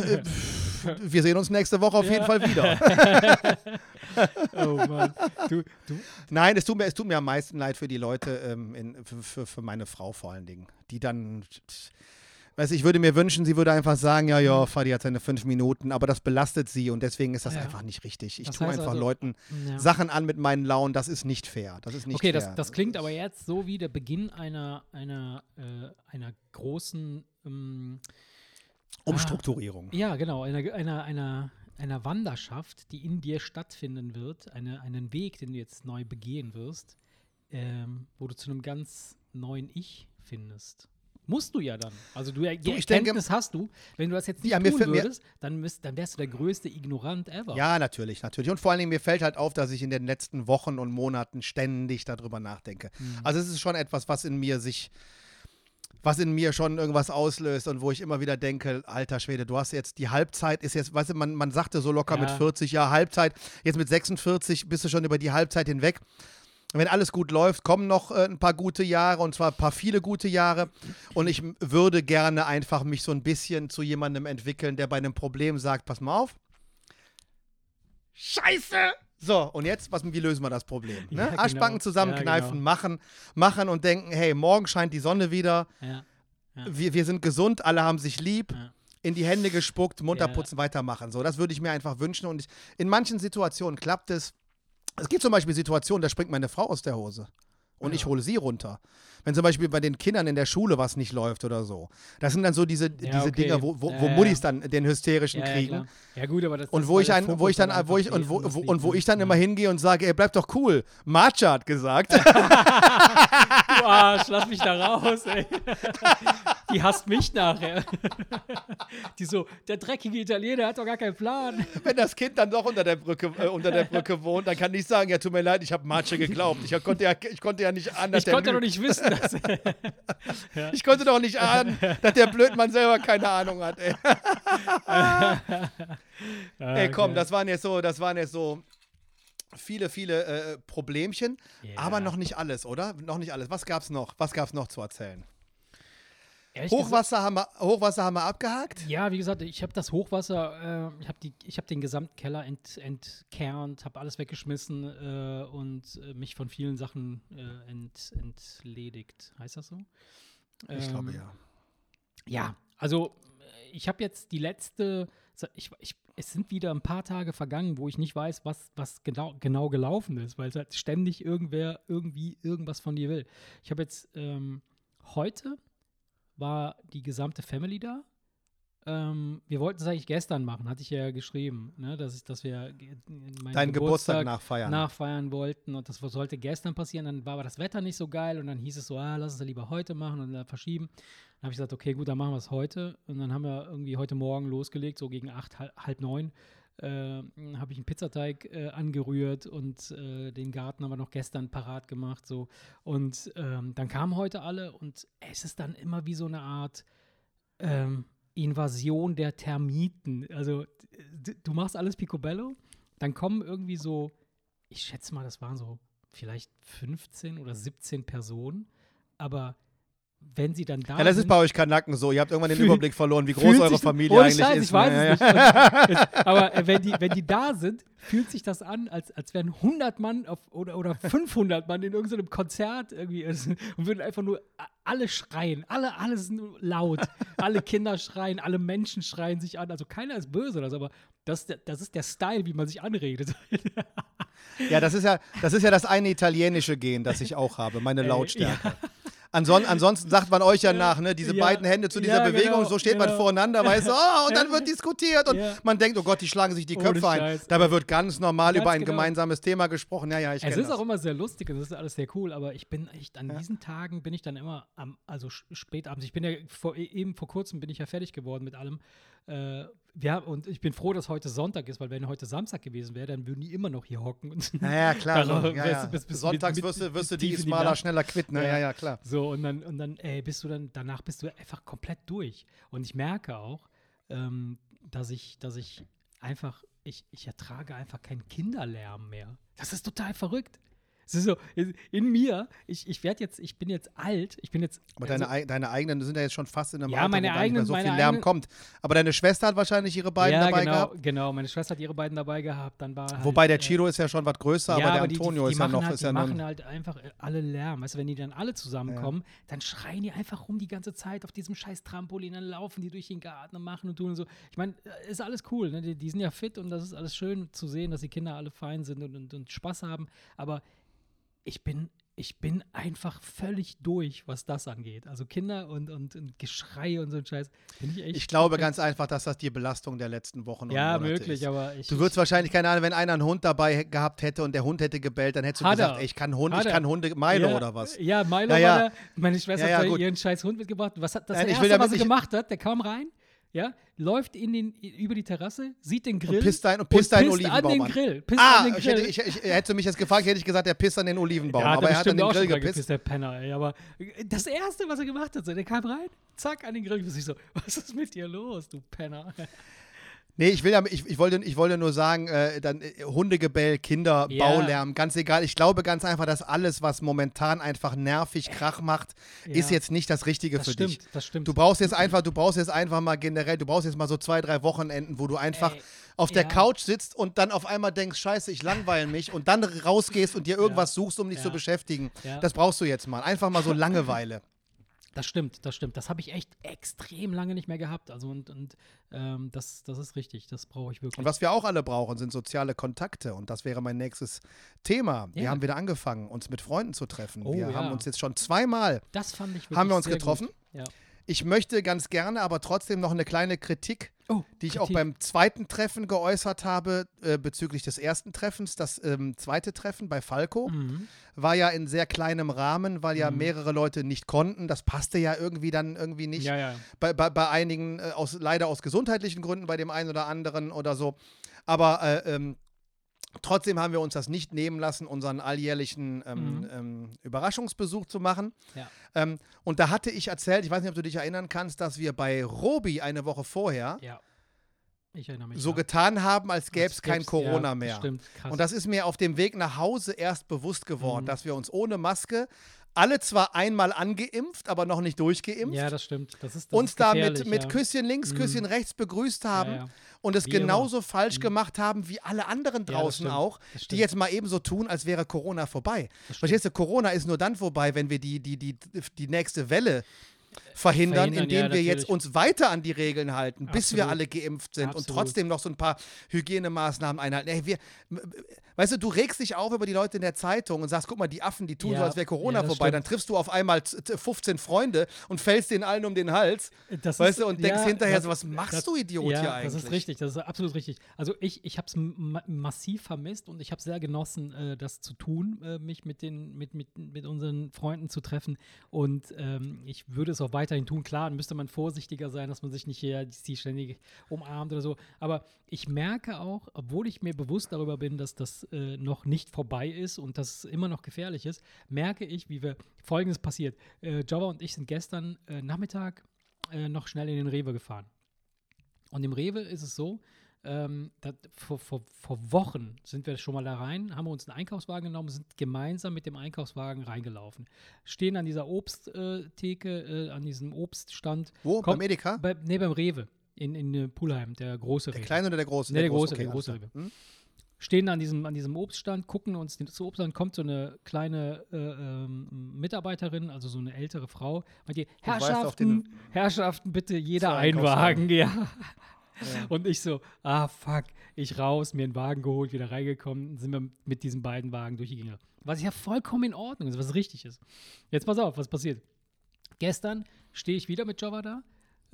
wir sehen uns nächste Woche auf jeden Fall wieder. Oh Mann. Du. Nein, es tut mir am meisten leid für die Leute, für meine Frau vor allen Dingen, die dann... Weißt du, ich würde mir wünschen, sie würde einfach sagen, ja, Fadi hat seine 5 Minuten, aber das belastet sie und deswegen ist das einfach nicht richtig. Ich tue einfach Leuten Sachen an mit meinen Launen, das ist nicht fair. Das ist nicht fair. Okay, das klingt aber jetzt so wie der Beginn einer großen Umstrukturierung. Ja, genau, einer Wanderschaft, die in dir stattfinden wird, einen Weg, den du jetzt neu begehen wirst, wo du zu einem ganz neuen Ich findest. Musst du ja dann. Also die Erkenntnis hast du. Wenn du das jetzt nicht tun würdest, dann wärst du der größte Ignorant ever. Ja, natürlich. Und vor allen Dingen, mir fällt halt auf, dass ich in den letzten Wochen und Monaten ständig darüber nachdenke. Also es ist schon etwas, was in mir schon irgendwas auslöst und wo ich immer wieder denke, alter Schwede, du hast jetzt, die Halbzeit ist jetzt, weißt du, man sagte so locker mit 40, Halbzeit, jetzt mit 46 bist du schon über die Halbzeit hinweg. wenn alles gut läuft, kommen noch ein paar gute Jahre und zwar viele gute Jahre und ich würde gerne einfach mich so ein bisschen zu jemandem entwickeln, der bei einem Problem sagt, pass mal auf, Scheiße! So, und jetzt, wie lösen wir das Problem? Ne? Ja, Arschbacken zusammenkneifen, machen und denken, hey, morgen scheint die Sonne wieder, wir sind gesund, alle haben sich lieb, in die Hände gespuckt, munter putzen, weitermachen. So, das würde ich mir einfach wünschen und in manchen Situationen klappt es. Es gibt zum Beispiel Situationen, da springt meine Frau aus der Hose und ich hole sie runter. Wenn zum Beispiel bei den Kindern in der Schule was nicht läuft oder so. Das sind dann so diese Dinger, wo Muttis dann den hysterischen kriegen. Klar. Ja gut, aber das und wo ich dann immer hingehe und sage, ey, bleib doch cool. Matcha hat gesagt. Du Arsch, lass mich da raus, ey. Die hasst mich nachher. Die so, der dreckige Italiener hat doch gar keinen Plan. Wenn das Kind dann doch unter der Brücke wohnt, dann kann ich sagen, ja, tut mir leid, ich habe Matcha geglaubt. Ich konnte ja nicht ahnen, dass ich konnte doch nicht wissen, dass Ich konnte doch nicht ahnen, dass der Blödmann selber keine Ahnung hat, ey. Ey, komm, das waren jetzt so viele Problemchen, aber noch nicht alles, oder? Noch nicht alles. Was gab's noch zu erzählen? Hochwasser haben wir abgehakt? Ja, wie gesagt, ich habe das Hochwasser, ich habe den gesamten Keller entkernt, habe alles weggeschmissen und mich von vielen Sachen entledigt. Heißt das so? Ich glaube, ja. Ja, also ich habe jetzt die letzte, es sind wieder ein paar Tage vergangen, wo ich nicht weiß, was genau gelaufen ist, weil es halt ständig irgendwie irgendwas von dir will. Ich habe jetzt heute war die gesamte Family da. Wir wollten es eigentlich gestern machen, hatte ich ja geschrieben, ne, dass wir deinen Geburtstag nachfeiern wollten und das sollte gestern passieren. Dann war aber das Wetter nicht so geil und dann hieß es so, lass uns lieber heute machen und dann verschieben. Dann habe ich gesagt, okay, gut, dann machen wir es heute. Und dann haben wir irgendwie heute Morgen losgelegt, so gegen 8, halb 9. Habe ich einen Pizzateig angerührt und den Garten haben wir noch gestern parat gemacht. So. Und dann kamen heute alle und es ist dann immer wie so eine Art Invasion der Termiten. Also du machst alles picobello, dann kommen irgendwie so, ich schätze mal, das waren so vielleicht 15 oder 17 Personen, aber wenn sie dann da sind. Ja, das ist bei euch Kanaken so. Ihr habt irgendwann den Überblick verloren, wie groß eure Familie eigentlich ist. Ich weiß es nicht. Aber wenn die da sind, fühlt sich das an, als wären 100 Mann oder 500 Mann in irgendeinem Konzert irgendwie und würden einfach nur alle schreien. Alle sind laut. Alle Kinder schreien, alle Menschen schreien sich an. Also keiner ist böse oder so, aber das ist der Style, wie man sich anredet. Ja, das ist ja das eine italienische Gen, das ich auch habe, meine Lautstärke. Ja. Ansonsten sagt man euch ja nach, ne? Diese beiden Hände zu dieser Bewegung, genau, so steht man voreinander, weißt du, und dann wird diskutiert und man denkt, oh Gott, die schlagen sich die Köpfe ein. Dabei wird ganz normal über ein gemeinsames Thema gesprochen. Ja, ich kenne das. Es ist auch immer sehr lustig und das ist alles sehr cool, aber ich bin echt, an diesen Tagen bin ich dann immer, also spät abends, ich bin ja vor kurzem bin ich ja fertig geworden mit allem. Und ich bin froh, dass heute Sonntag ist, weil wenn heute Samstag gewesen wäre, dann würden die immer noch hier hocken. Ja, klar. Sonntags wirst du die Ismaler schneller quitt, ne? Ja, klar. So, und dann danach bist du einfach komplett durch. Und ich merke auch, dass ich einfach, ich ertrage einfach keinen Kinderlärm mehr. Das ist total verrückt. Es ist so, in mir, ich bin jetzt alt, aber deine eigenen sind ja jetzt schon fast in einem Alter, wo gar nicht mehr so viel Lärm kommt. Aber deine Schwester hat wahrscheinlich ihre beiden dabei gehabt. Ja, genau, meine Schwester hat ihre beiden dabei gehabt. Dann war halt, wobei der Ciro ist ja schon was größer, aber der Antonio ist ja noch. Die machen halt einfach alle Lärm. Weißt du, wenn die dann alle zusammenkommen, dann schreien die einfach rum die ganze Zeit auf diesem scheiß Trampolin, dann laufen die durch den Garten und machen und tun und so. Ich meine, ist alles cool, ne? Die sind ja fit und das ist alles schön zu sehen, dass die Kinder alle fein sind und Spaß haben, aber ich bin einfach völlig durch, was das angeht. Also Kinder und Geschrei und so ein Scheiß. Ich glaube ganz einfach, dass das die Belastung der letzten Wochen und Monate möglich, ist. Aber du würdest wahrscheinlich, keine Ahnung, wenn einer einen Hund dabei gehabt hätte und der Hund hätte gebellt, dann hättest du gesagt, ey, ich kann Hunde, Milo oder was. Ja, Milo war meine Schwester hat ihren scheiß Hund mitgebracht. Was hat das Erste, was sie gemacht hat, der kam rein, läuft über die Terrasse, sieht den Grill und pisst einen Olivenbaum an. Den Grill. Ich hätte mich jetzt gefragt, hätte ich gesagt, der pisst an den Olivenbaum. Aber er hat an den Grill gepisst. Der Penner, ey. Aber das Erste, was er gemacht hat, der kam rein, zack, an den Grill. Ich so, was ist mit dir los, du Penner? Nee, ich wollte nur sagen, Hundegebell, Kinder, Baulärm, ganz egal. Ich glaube ganz einfach, dass alles, was momentan einfach nervig Krach macht, ist jetzt nicht das Richtige für dich. Das stimmt. Du brauchst jetzt einfach mal generell, du brauchst jetzt mal so 2-3 Wochenenden, wo du einfach auf der Couch sitzt und dann auf einmal denkst, scheiße, ich langweile mich und dann rausgehst und dir irgendwas suchst, um dich zu beschäftigen. Ja. Das brauchst du jetzt mal. Einfach mal so Langeweile. Das stimmt. Das habe ich echt extrem lange nicht mehr gehabt. Also das ist richtig. Das brauche ich wirklich. Und was wir auch alle brauchen, sind soziale Kontakte. Und das wäre mein nächstes Thema. Wir haben wieder angefangen, uns mit Freunden zu treffen. Wir haben uns jetzt schon 2-mal haben wir uns getroffen. Ja. Ich möchte ganz gerne aber trotzdem noch eine kleine Kritik, die ich auch beim zweiten Treffen geäußert habe, bezüglich des ersten Treffens. Das zweite Treffen bei Falco war ja in sehr kleinem Rahmen, weil ja mehrere Leute nicht konnten. Das passte ja irgendwie nicht. Ja. Bei einigen leider aus gesundheitlichen Gründen, bei dem einen oder anderen oder so. Aber trotzdem haben wir uns das nicht nehmen lassen, unseren alljährlichen Überraschungsbesuch zu machen. Ja. Und da hatte ich erzählt, ich weiß nicht, ob du dich erinnern kannst, dass wir bei Robi eine Woche vorher ich erinnere mich, getan haben, als gäbe es kein Corona mehr. Stimmt, krass. Und das ist mir auf dem Weg nach Hause erst bewusst geworden, dass wir uns ohne Maske alle zwar einmal angeimpft, aber noch nicht durchgeimpft. Ja, das stimmt. Das uns da mit Küsschen links, Küsschen rechts begrüßt haben und es genauso falsch gemacht haben wie alle anderen draußen auch, die jetzt mal eben so tun, als wäre Corona vorbei. Verstehst du, Corona ist nur dann vorbei, wenn wir die nächste Welle verhindern, indem wir jetzt uns weiter an die Regeln halten, bis wir alle geimpft sind und trotzdem noch so ein paar Hygienemaßnahmen einhalten. Ey, weißt du regst dich auf über die Leute in der Zeitung und sagst, guck mal, die Affen, die tun so, als wäre Corona vorbei. Stimmt. Dann triffst du auf einmal 15 Freunde und fällst denen allen um den Hals, und denkst hinterher so, was machst du, Idiot, hier eigentlich? Das ist richtig, das ist absolut richtig. Also ich habe es massiv vermisst und ich habe sehr genossen, das zu tun, mich mit unseren Freunden zu treffen und ich würde es auch weiterhin tun. Klar, dann müsste man vorsichtiger sein, dass man sich nicht hier die ständig umarmt oder so. Aber ich merke auch, obwohl ich mir bewusst darüber bin, dass das noch nicht vorbei ist und dass es immer noch gefährlich ist, merke ich, wie Folgendes passiert. Java und ich sind gestern Nachmittag noch schnell in den Rewe gefahren. Und im Rewe ist es so, vor Wochen sind wir schon mal da rein, haben wir uns einen Einkaufswagen genommen, sind gemeinsam mit dem Einkaufswagen reingelaufen. Stehen an dieser Obsttheke, an diesem Obststand. Wo? Beim Edeka? Beim Rewe in Pulheim, der große Rewe. Der kleine oder der große? Der große Rewe. Stehen an diesem Obststand, gucken uns das Obst an, kommt so eine kleine Mitarbeiterin, also so eine ältere Frau, und die Herrschaften, bitte jeder Einwagen, ja. Und ich so, fuck, ich raus, mir einen Wagen geholt, wieder reingekommen, sind wir mit diesen beiden Wagen durchgegangen. Was ja vollkommen in Ordnung ist, was richtig ist. Jetzt pass auf, was passiert. Gestern stehe ich wieder mit Java da,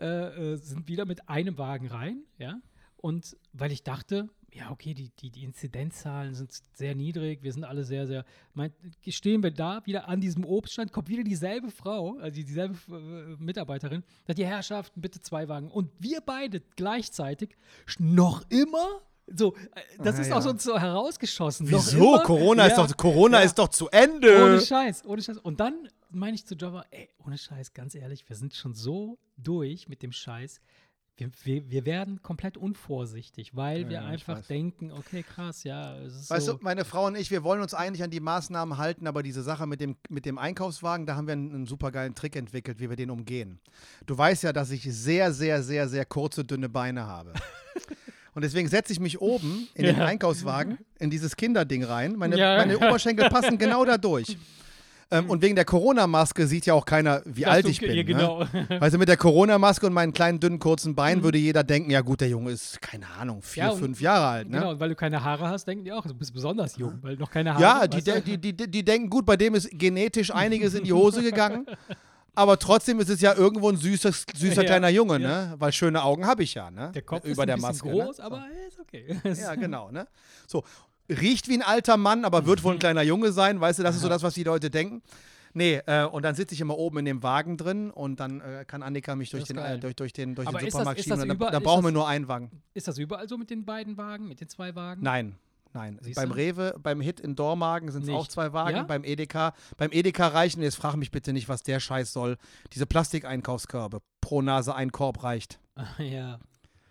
sind wieder mit einem Wagen rein, ja, und weil ich dachte, ja, okay, die Inzidenzzahlen sind sehr niedrig, wir sind alle sehr, sehr, stehen wir da wieder an diesem Obststand, kommt wieder dieselbe Frau, also dieselbe Mitarbeiterin, sagt, die Herrschaften, bitte 2 Wagen. Und wir beide gleichzeitig noch immer, so, das ist auch so herausgeschossen. Wieso? Corona ist doch zu Ende. Ohne Scheiß. Und dann meine ich zu Java, ey, ohne Scheiß, ganz ehrlich, wir sind schon so durch mit dem Scheiß. Wir werden komplett unvorsichtig, weil wir einfach denken, okay, krass, es ist weißt du, meine Frau und ich, wir wollen uns eigentlich an die Maßnahmen halten, aber diese Sache mit dem Einkaufswagen, da haben wir einen super geilen Trick entwickelt, wie wir den umgehen. Du weißt ja, dass ich sehr, sehr, sehr, sehr kurze, dünne Beine habe. Und deswegen setze ich mich oben in den Einkaufswagen, in dieses Kinderding rein. Meine Oberschenkel passen genau da durch. Und wegen der Corona-Maske sieht ja auch keiner, wie alt ich bin. Genau. Ne? Also mit der Corona-Maske und meinen kleinen, dünnen, kurzen Beinen würde jeder denken, ja gut, der Junge ist, keine Ahnung, 4, 5 Jahre alt. Ne? Genau, und weil du keine Haare hast, denken die auch, du bist besonders jung, weil noch keine Haare hast. Ja, die denken, gut, bei dem ist genetisch einiges in die Hose gegangen. Aber trotzdem ist es ja irgendwo ein süßer kleiner Junge, ne? Weil schöne Augen habe ich ja, ne? Der Kopf über ist der ein bisschen Maske, groß, ne? aber ist okay. Ja, genau, ne? So, riecht wie ein alter Mann, aber wird wohl ein kleiner Junge sein, weißt du, das ist so das, was die Leute denken. Nee, und dann sitze ich immer oben in dem Wagen drin und dann kann Annika mich durch den Supermarkt schieben und dann brauchen wir nur einen Wagen. Ist das überall so mit den beiden Wagen, mit den 2 Wagen? Nein. Beim Rewe, beim Hit in Dormagen sind es auch 2 Wagen, ja? Beim Edeka reichen, jetzt frag mich bitte nicht, was der Scheiß soll, diese Plastikeinkaufskörbe, pro Nase ein Korb reicht. Ja.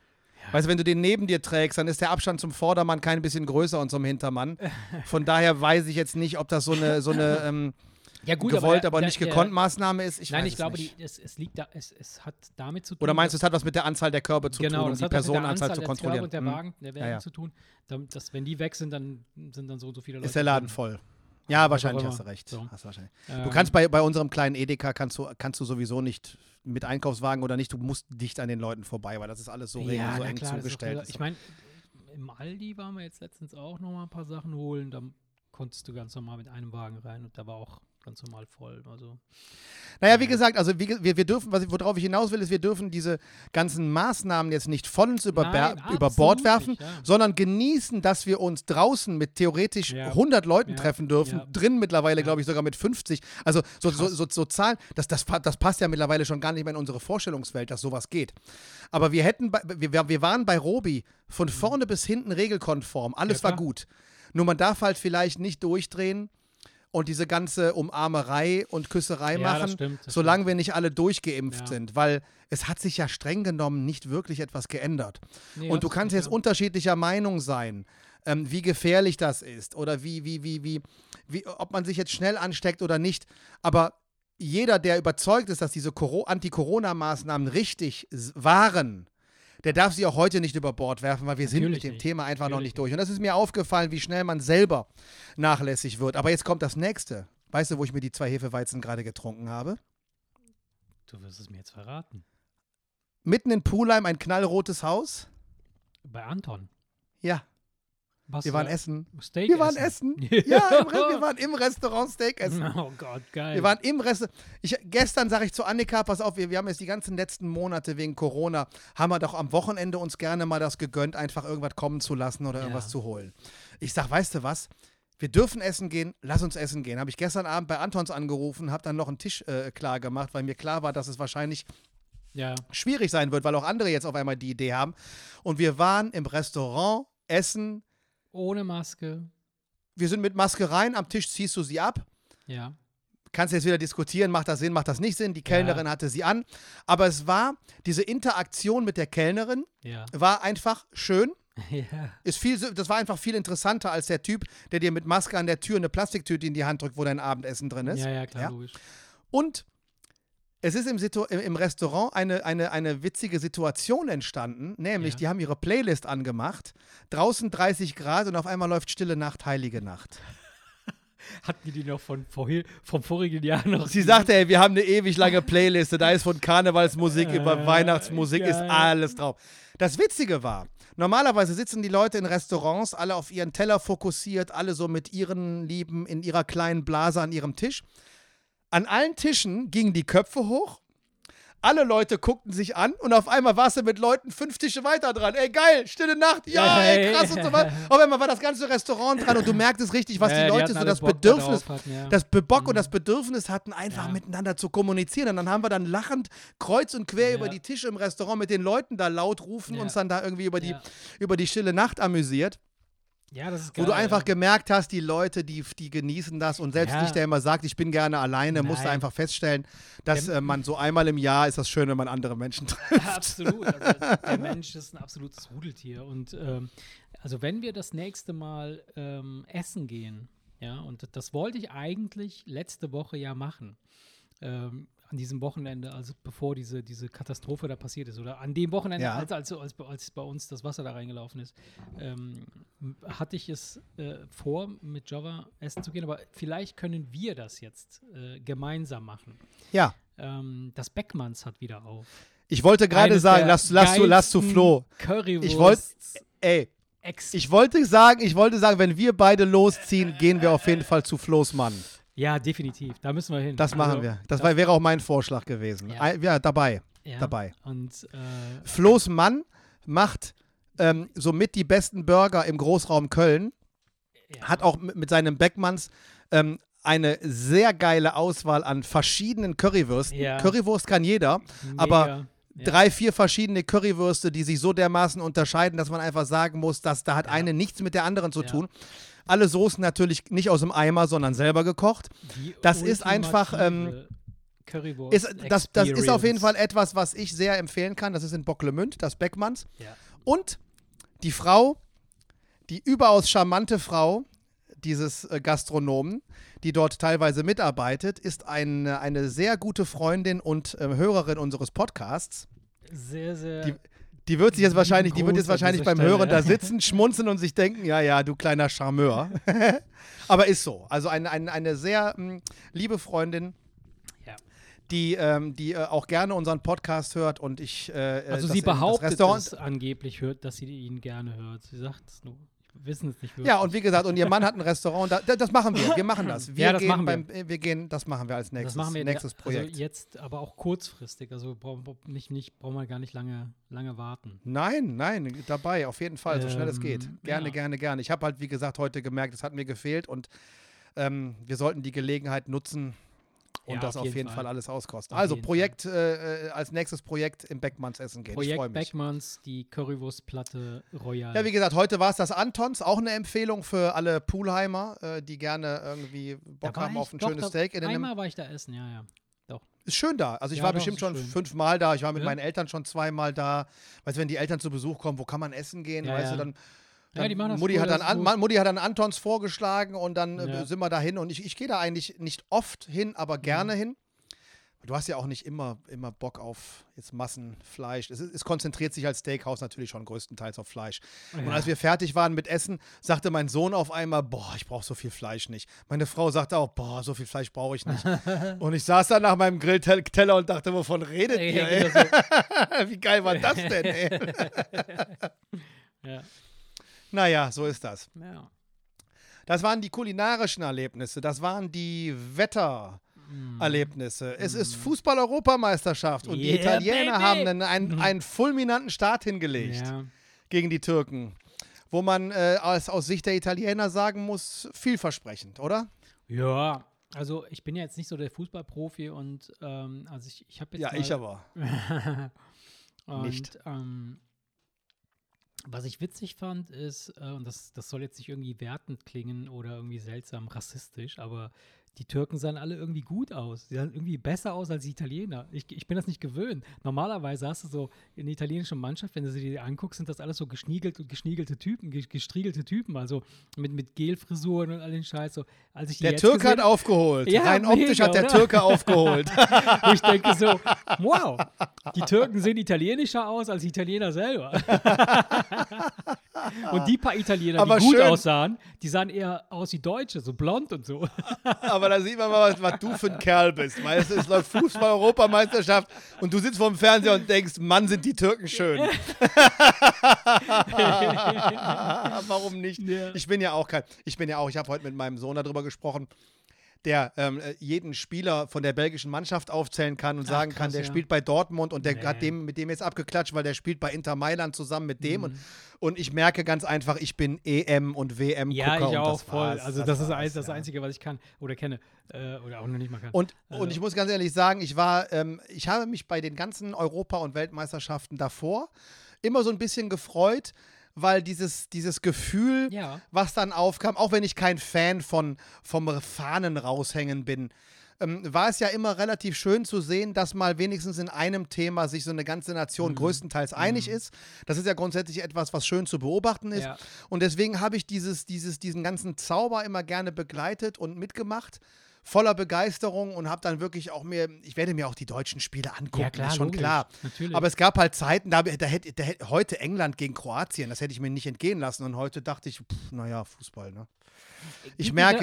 Weißt du, wenn du den neben dir trägst, dann ist der Abstand zum Vordermann kein bisschen größer und zum Hintermann. Von daher weiß ich jetzt nicht, ob das so eine ja, gut, gewollt, aber nicht gekonnt Maßnahme ist. Ich glaube, es liegt da, es hat damit zu tun. Oder meinst du, es hat was mit der Anzahl der Körbe zu tun, um die Personenanzahl zu kontrollieren? Und der Wagen, der Wägen zu tun. Dass, wenn die weg sind, dann sind dann so und so viele Leute. Ist der Laden voll. Ja, wahrscheinlich hast du recht. So. Du kannst bei unserem kleinen Edeka kannst du sowieso nicht mit Einkaufswagen oder nicht, du musst dicht an den Leuten vorbei, weil das ist alles so eng zugestellt. Ich meine, im Aldi waren wir jetzt letztens auch noch mal ein paar Sachen holen, da konntest du ganz normal mit einem Wagen rein und da war auch ganz normal voll. Also. Naja, wie gesagt, also wir dürfen, worauf ich hinaus will, ist, wir dürfen diese ganzen Maßnahmen jetzt nicht vollends über Bord werfen, sondern genießen, dass wir uns draußen mit theoretisch 100 Leuten treffen dürfen, drin mittlerweile, glaube ich, sogar mit 50. Also so Zahlen, das passt ja mittlerweile schon gar nicht mehr in unsere Vorstellungswelt, dass sowas geht. Aber wir waren bei Robi von vorne bis hinten regelkonform, alles war gut. Nur man darf halt vielleicht nicht durchdrehen und diese ganze Umarmerei und Küsserei machen, das stimmt. solange wir nicht alle durchgeimpft sind, weil es hat sich ja streng genommen nicht wirklich etwas geändert. Nee, und du kannst jetzt unterschiedlicher Meinung sein, wie gefährlich das ist oder wie, ob man sich jetzt schnell ansteckt oder nicht, aber jeder, der überzeugt ist, dass diese Anti-Corona-Maßnahmen richtig waren, der darf sie auch heute nicht über Bord werfen, weil wir sind mit dem Thema einfach noch nicht durch. Und das ist mir aufgefallen, wie schnell man selber nachlässig wird. Aber jetzt kommt das Nächste. Weißt du, wo ich mir die 2 Hefeweizen gerade getrunken habe? Du wirst es mir jetzt verraten. Mitten in Pulheim ein knallrotes Haus. Bei Anton? Ja. Wir waren essen. Steak wir waren essen. Ja, wir waren im Restaurant Steak essen. Oh Gott, geil. Wir waren im Restaurant. Gestern sage ich zu Annika, pass auf, wir haben jetzt die ganzen letzten Monate wegen Corona, haben wir doch am Wochenende uns gerne mal das gegönnt, einfach irgendwas kommen zu lassen oder irgendwas zu holen. Ich sag, weißt du was? Wir dürfen essen gehen, lass uns essen gehen. Habe ich gestern Abend bei Antons angerufen, habe dann noch einen Tisch klar gemacht, weil mir klar war, dass es wahrscheinlich schwierig sein wird, weil auch andere jetzt auf einmal die Idee haben. Und wir waren im Restaurant essen. Ohne Maske. Wir sind mit Maske rein, am Tisch ziehst du sie ab. Ja. Kannst jetzt wieder diskutieren, macht das Sinn, macht das nicht Sinn. Die Kellnerin hatte sie an. Aber es war, diese Interaktion mit der Kellnerin war einfach schön. Ja. Das war einfach viel interessanter als der Typ, der dir mit Maske an der Tür eine Plastiktüte in die Hand drückt, wo dein Abendessen drin ist. Ja, klar, logisch. Und es ist im Restaurant eine witzige Situation entstanden, nämlich die haben ihre Playlist angemacht, draußen 30 Grad und auf einmal läuft Stille Nacht, Heilige Nacht. Hatten die noch vom vorigen Jahr noch? Sie sagte, ey, wir haben eine ewig lange Playliste, da ist von Karnevalsmusik über Weihnachtsmusik, ist alles drauf. Das Witzige war, normalerweise sitzen die Leute in Restaurants, alle auf ihren Teller fokussiert, alle so mit ihren Lieben in ihrer kleinen Blase an ihrem Tisch. An allen Tischen gingen die Köpfe hoch, alle Leute guckten sich an und auf einmal warst du mit Leuten 5 Tische weiter dran. Ey, geil, Stille Nacht, ja, ey, krass und so weiter. Auf einmal war das ganze Restaurant dran und du merktest richtig, was die Leute so das Bedürfnis, das Bock und das Bedürfnis hatten, einfach miteinander zu kommunizieren. Und dann haben wir dann lachend kreuz und quer über die Tische im Restaurant mit den Leuten da laut rufen, uns dann da irgendwie über die Stille Nacht amüsiert. Ja, das ist geil. Wo du einfach gemerkt hast, die Leute, die genießen das und selbst ich, der immer sagt, ich bin gerne alleine, musste einfach feststellen, dass man so einmal im Jahr ist das schön, wenn man andere Menschen trifft. Ja, absolut. Also, der Mensch ist ein absolutes Rudeltier und also wenn wir das nächste Mal essen gehen, und das wollte ich eigentlich letzte Woche machen, an diesem Wochenende, also bevor diese Katastrophe da passiert ist, oder an dem Wochenende, als bei uns das Wasser da reingelaufen ist, hatte ich es vor, mit Java essen zu gehen, aber vielleicht können wir das jetzt gemeinsam machen. Ja. Das Beckmanns hat wieder auf. Ich wollte gerade sagen, lass zu Flo. Currywurst. Ich wollte sagen, wenn wir beide losziehen, gehen wir auf jeden Fall zu Flo's Mann. Ja, definitiv. Da müssen wir hin. Das machen wir. Das wäre auch mein Vorschlag gewesen. Ja, dabei. Und Flo's Mann macht somit die besten Burger im Großraum Köln. Hat auch mit seinem Beckmanns eine sehr geile Auswahl an verschiedenen Currywürsten. Ja. Currywurst kann jeder, aber 3, 4 verschiedene Currywürste, die sich so dermaßen unterscheiden, dass man einfach sagen muss, dass da hat eine nichts mit der anderen zu tun. Alle Soßen natürlich nicht aus dem Eimer, sondern selber gekocht. Das ist einfach das ist auf jeden Fall etwas, was ich sehr empfehlen kann. Das ist in Bocklemünd, das Beckmanns. Ja. Und die Frau, die überaus charmante Frau dieses Gastronomen, die dort teilweise mitarbeitet, ist eine sehr gute Freundin und Hörerin unseres Podcasts. Sehr, sehr. Die wird jetzt wahrscheinlich beim Stelle. Hören da sitzen, schmunzeln und sich denken, ja, du kleiner Charmeur. Aber ist so. Also eine sehr liebe Freundin, die auch gerne unseren Podcast hört und also sie behauptet es angeblich hört, dass sie ihn gerne hört. Sie sagt es nur. Wir wissen es nicht wirklich. Ja, und wie gesagt, und ihr Mann hat ein Restaurant. Das machen wir. Wir machen das. Das machen wir als nächstes. Das machen wir nächstes Projekt. Also jetzt aber auch kurzfristig. Also brauchen wir gar nicht lange warten. Nein, dabei, auf jeden Fall, so schnell es geht. Gerne. Ich habe halt, wie gesagt, heute gemerkt, es hat mir gefehlt und wir sollten die Gelegenheit nutzen und das auf jeden Fall alles auskosten. Also Projekt, als nächstes Projekt im Beckmanns essen gehen. Ich freue mich. Beckmanns, die Currywurstplatte Royal. Ja, wie gesagt, heute war es das Antons, auch eine Empfehlung für alle Poolheimer, die gerne irgendwie Bock haben auf ein schönes Steak. Einmal war ich da essen, ja. Doch. Ist schön da. Also ich war bestimmt schon 5-mal da. Ich war mit meinen Eltern schon 2-mal da. Weißt du, wenn die Eltern zu Besuch kommen, wo kann man essen gehen? Weißt du, dann die machen Mutti hat dann Antons vorgeschlagen und dann sind wir da hin. Und ich gehe da eigentlich nicht oft hin, aber gerne hin. Du hast ja auch nicht immer Bock auf jetzt Massenfleisch. Es konzentriert sich als Steakhouse natürlich schon größtenteils auf Fleisch. Ja. Und als wir fertig waren mit Essen, sagte mein Sohn auf einmal, boah, ich brauche so viel Fleisch nicht. Meine Frau sagte auch, boah, so viel Fleisch brauche ich nicht. Und ich saß dann nach meinem Grillteller und dachte, wovon redet ihr, ey? Wie geil war das denn, ey? Ja. Naja, so ist das. Ja. Das waren die kulinarischen Erlebnisse, das waren die Wettererlebnisse. Es ist Fußball-Europameisterschaft und die Italiener haben einen fulminanten Start hingelegt gegen die Türken, wo man aus Sicht der Italiener sagen muss, vielversprechend, oder? Ja, also ich bin ja jetzt nicht so der Fußballprofi und also ich habe jetzt ja, ich aber. und, nicht. Was ich witzig fand ist, und das soll jetzt nicht irgendwie wertend klingen oder irgendwie seltsam rassistisch, aber die Türken sahen alle irgendwie gut aus. Sie sahen irgendwie besser aus als die Italiener. Ich bin das nicht gewöhnt. Normalerweise hast du so in der italienischen Mannschaft, wenn du sie dir anguckst, sind das alles so gestriegelte Typen, also mit Gelfrisuren und all den Scheiß. So, als ich die der Türke hat aufgeholt. Ja, rein optisch hat der Türke aufgeholt. Ich denke so, wow, die Türken sehen italienischer aus als die Italiener selber. Und die paar Italiener, die gut aussahen, die sahen eher aus wie Deutsche, so blond und so. Aber da sieht man mal, was du für ein Kerl bist. Weißt du, es läuft Fußball-Europameisterschaft und du sitzt vorm Fernseher und denkst, Mann, sind die Türken schön. Warum nicht? Ja. Ich habe heute mit meinem Sohn darüber gesprochen, der jeden Spieler von der belgischen Mannschaft aufzählen kann und sagen kann, der spielt bei Dortmund und der hat mit dem jetzt abgeklatscht, weil der spielt bei Inter Mailand zusammen mit dem und ich merke ganz einfach, ich bin EM- und WM-Gucker. Ja, ich auch voll. Also das ist das Einzige, was ich kann oder kenne oder auch noch nicht mal kann. Und ich muss ganz ehrlich sagen, ich habe mich bei den ganzen Europa- und Weltmeisterschaften davor immer so ein bisschen gefreut, weil dieses Gefühl, was dann aufkam, auch wenn ich kein Fan vom Fahnen raushängen bin, war es ja immer relativ schön zu sehen, dass mal wenigstens in einem Thema sich so eine ganze Nation größtenteils einig ist. Das ist ja grundsätzlich etwas, was schön zu beobachten ist. Ja. Und deswegen habe ich diesen ganzen Zauber immer gerne begleitet und mitgemacht. Voller Begeisterung und habe dann wirklich ich werde mir auch die deutschen Spiele angucken, ja, klar, ist schon logisch, klar. Natürlich. Aber es gab halt Zeiten, da hätte heute England gegen Kroatien, das hätte ich mir nicht entgehen lassen und heute dachte ich, naja, Fußball, ne? Ich merke,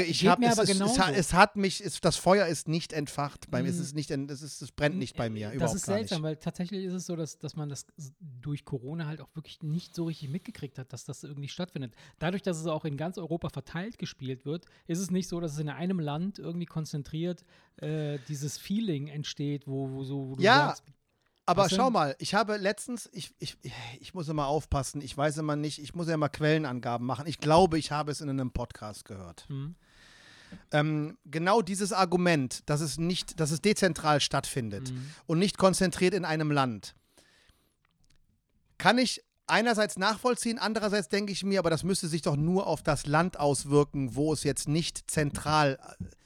das Feuer ist nicht entfacht bei mir, es brennt nicht bei mir, überhaupt gar nicht. Das ist seltsam, weil tatsächlich ist es so, dass man das durch Corona halt auch wirklich nicht so richtig mitgekriegt hat, dass das irgendwie stattfindet. Dadurch, dass es auch in ganz Europa verteilt gespielt wird, ist es nicht so, dass es in einem Land irgendwie konzentriert dieses Feeling entsteht, wo du sagst, aber schau mal, ich habe letztens, ich muss immer aufpassen, ich weiß immer nicht, ich muss ja immer Quellenangaben machen. Ich glaube, ich habe es in einem Podcast gehört. Genau dieses Argument, dass es dezentral stattfindet und nicht konzentriert in einem Land, kann ich einerseits nachvollziehen, andererseits denke ich mir, aber das müsste sich doch nur auf das Land auswirken, wo es jetzt nicht zentral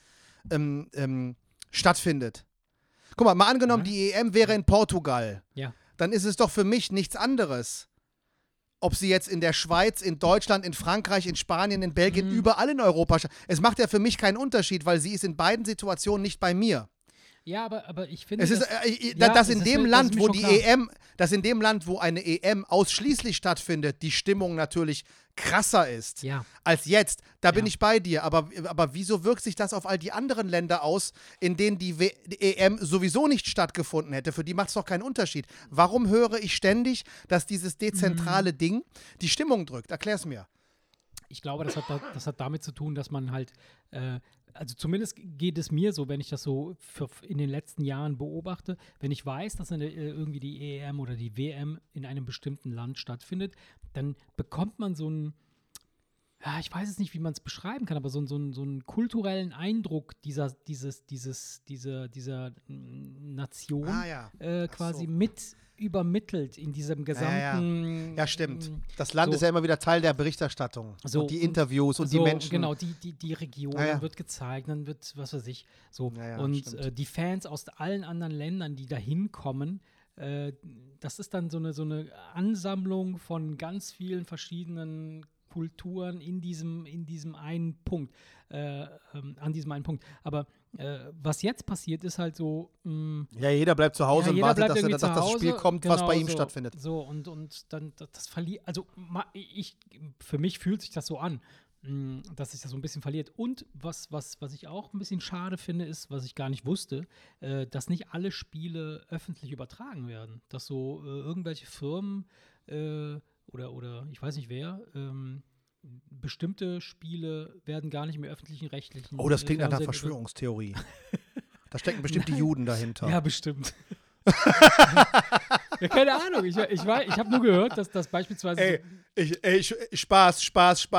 stattfindet. Guck mal angenommen, die EM wäre in Portugal. Ja. Dann ist es doch für mich nichts anderes, ob sie jetzt in der Schweiz, in Deutschland, in Frankreich, in Spanien, in Belgien, überall in Europa. Es macht ja für mich keinen Unterschied, weil sie ist in beiden Situationen nicht bei mir. Ja, aber ich finde, es ist, dass in dem Land, wo die EM, dass in dem Land, wo eine EM ausschließlich stattfindet, die Stimmung natürlich krasser ist als jetzt. Da bin ich bei dir. Aber wieso wirkt sich das auf all die anderen Länder aus, in denen die EM sowieso nicht stattgefunden hätte? Für die macht es doch keinen Unterschied. Warum höre ich ständig, dass dieses dezentrale Ding die Stimmung drückt? Erklär's mir. Ich glaube, das hat damit zu tun, dass man halt, also zumindest geht es mir so, wenn ich das so in den letzten Jahren beobachte, wenn ich weiß, dass irgendwie die EM oder die WM in einem bestimmten Land stattfindet, dann bekommt man so einen, ja, ich weiß es nicht, wie man es beschreiben kann, aber so einen kulturellen Eindruck dieser Nation quasi mit übermittelt in diesem gesamten. Ja, stimmt. Das Land ist ja immer wieder Teil der Berichterstattung. Und die Interviews und die Menschen. Genau, die Region wird gezeigt, dann wird, was weiß ich, so. Die Fans aus allen anderen Ländern, die da hinkommen, das ist dann so eine Ansammlung von ganz vielen verschiedenen Kulturen in diesem einen Punkt, an diesem einen Punkt. Aber was jetzt passiert, ist halt so. Jeder bleibt zu Hause und wartet, dass das Spiel kommt, was bei ihm stattfindet. So, und dann das verliert. Also, für mich fühlt sich das so an, dass sich das so ein bisschen verliert. Und was ich auch ein bisschen schade finde, ist, was ich gar nicht wusste, dass nicht alle Spiele öffentlich übertragen werden. Dass so irgendwelche Firmen oder ich weiß nicht wer, bestimmte Spiele werden gar nicht mehr öffentlichen rechtlichen. Oh, das klingt nach einer Verschwörungstheorie. Da stecken bestimmt die Juden dahinter. Ja, bestimmt. Ja, keine Ahnung. Ich habe nur gehört, dass das beispielsweise. Spaß.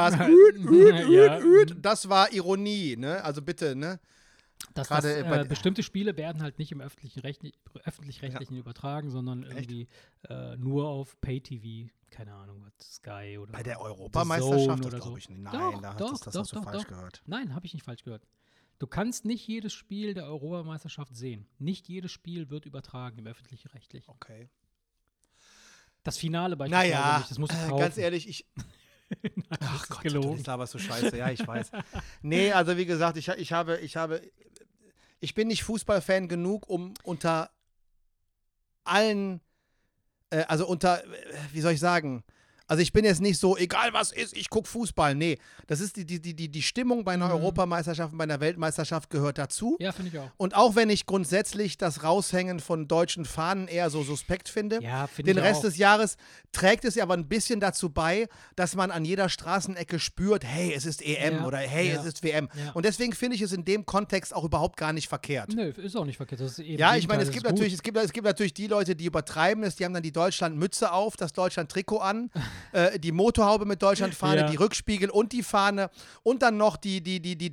Das war Ironie, ne? Also bitte, ne? Dass bestimmte Spiele werden halt nicht im öffentlich-rechtlichen übertragen, sondern irgendwie nur auf Pay-TV, keine Ahnung, was, Sky oder bei der Europameisterschaft, das glaube ich nicht. Nein, das hast du falsch gehört. Nein, habe ich nicht falsch gehört. Du kannst nicht jedes Spiel der Europameisterschaft sehen. Nicht jedes Spiel wird übertragen im öffentlich-rechtlichen. Okay. Das Finale beispielsweise nicht, das musst du kaufen. Ganz ehrlich, ach Gott, du laberst so scheiße, ja, ich weiß. Nee, also wie gesagt, ich bin nicht Fußballfan genug, um unter allen, wie soll ich sagen, also ich bin jetzt nicht so, egal was ist, ich gucke Fußball. Nee, das ist die Stimmung bei einer Europameisterschaft, bei einer Weltmeisterschaft gehört dazu. Ja, finde ich auch. Und auch wenn ich grundsätzlich das Raushängen von deutschen Fahnen eher so suspekt finde, den Rest des Jahres trägt es ja aber ein bisschen dazu bei, dass man an jeder Straßenecke spürt, hey, es ist EM oder hey, es ist WM. Ja. Und deswegen finde ich es in dem Kontext auch überhaupt gar nicht verkehrt. Nö, ist auch nicht verkehrt. Das ist eben ich meine, es gibt natürlich die Leute, die übertreiben es, die haben dann die Deutschland-Mütze auf, das Deutschland-Trikot an, die Motorhaube mit Deutschlandfahne, die Rückspiegel und die Fahne und dann noch die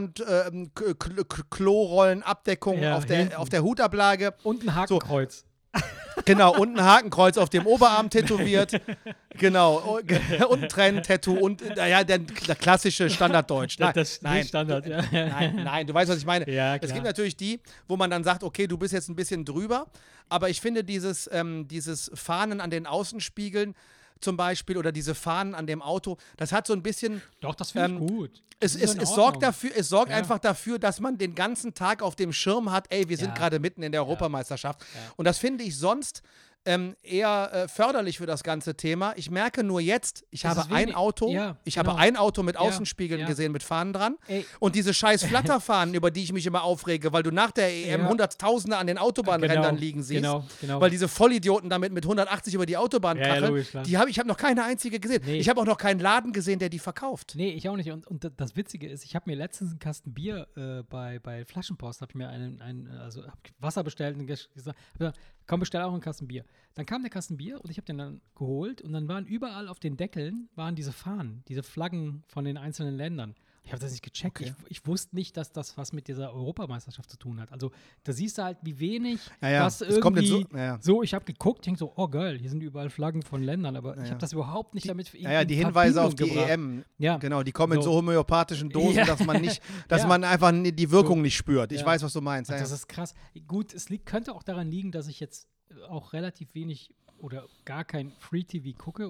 Deutschland-Klorollenabdeckung auf der Hutablage. Und ein Hakenkreuz. So. Genau, und ein Hakenkreuz auf dem Oberarm tätowiert. Genau, und ein Trenntattoo und der klassische Standarddeutsch. Nein, Standard, ja. Nein, du weißt, was ich meine. Ja, es gibt natürlich die, wo man dann sagt, okay, du bist jetzt ein bisschen drüber, aber ich finde dieses Fahnen an den Außenspiegeln zum Beispiel oder diese Fahnen an dem Auto, das hat so ein bisschen. Doch, das finde ich gut. Es sorgt einfach dafür, dass man den ganzen Tag auf dem Schirm hat, ey, wir sind gerade mitten in der Europameisterschaft. Ja. Und das finde ich sonst eher förderlich für das ganze Thema. Ich merke nur jetzt, ich habe ein Auto mit Außenspiegeln gesehen, mit Fahnen dran. Ey. Und diese scheiß Flatterfahnen, über die ich mich immer aufrege, weil du nach der EM Hunderttausende an den Autobahnrändern liegen siehst. Genau. Weil diese Vollidioten damit mit 180 über die Autobahn kacheln. Ich habe noch keine einzige gesehen. Nee. Ich habe auch noch keinen Laden gesehen, der die verkauft. Nee, ich auch nicht. Und das Witzige ist, ich habe mir letztens einen Kasten Bier bei Flaschenpost, habe ich mir hab Wasser bestellt und gesagt, komm, bestell auch einen Kasten Bier. Dann kam der Kasten Bier und ich habe den dann geholt und dann waren überall auf den Deckeln diese Fahnen, diese Flaggen von den einzelnen Ländern. Ich habe das nicht gecheckt. Okay. Ich wusste nicht, dass das was mit dieser Europameisterschaft zu tun hat. Also da siehst du halt, wie wenig das irgendwie so, ich habe geguckt, ich denke so, oh geil, hier sind überall Flaggen von Ländern, aber ich habe das überhaupt nicht damit die Hinweise auf die EM, genau, die kommen in so homöopathischen Dosen, dass man nicht, man einfach die Wirkung nicht spürt. Ich weiß, was du meinst. Das ist krass. Gut, könnte auch daran liegen, dass ich jetzt auch relativ wenig oder gar kein Free-TV gucke und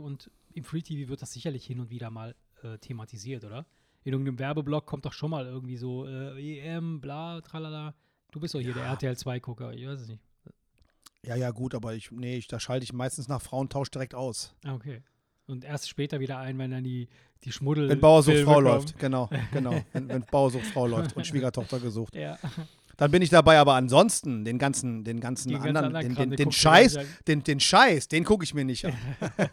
im Free TV wird das sicherlich hin und wieder mal thematisiert, oder? In irgendeinem Werbeblock kommt doch schon mal irgendwie so EM, bla, tralala. Du bist doch hier der RTL 2-Gucker, ich weiß es nicht. Ja, gut, aber da schalte ich meistens nach Frauentausch direkt aus. Okay. Und erst später wieder ein, wenn dann die Schmuddel. Wenn Bauersucht Frau läuft, genau. wenn Bauersucht Frau läuft und Schwiegertochter gesucht. Ja. Dann bin ich dabei, aber ansonsten den ganzen anderen, den Scheiß, den gucke ich mir nicht an.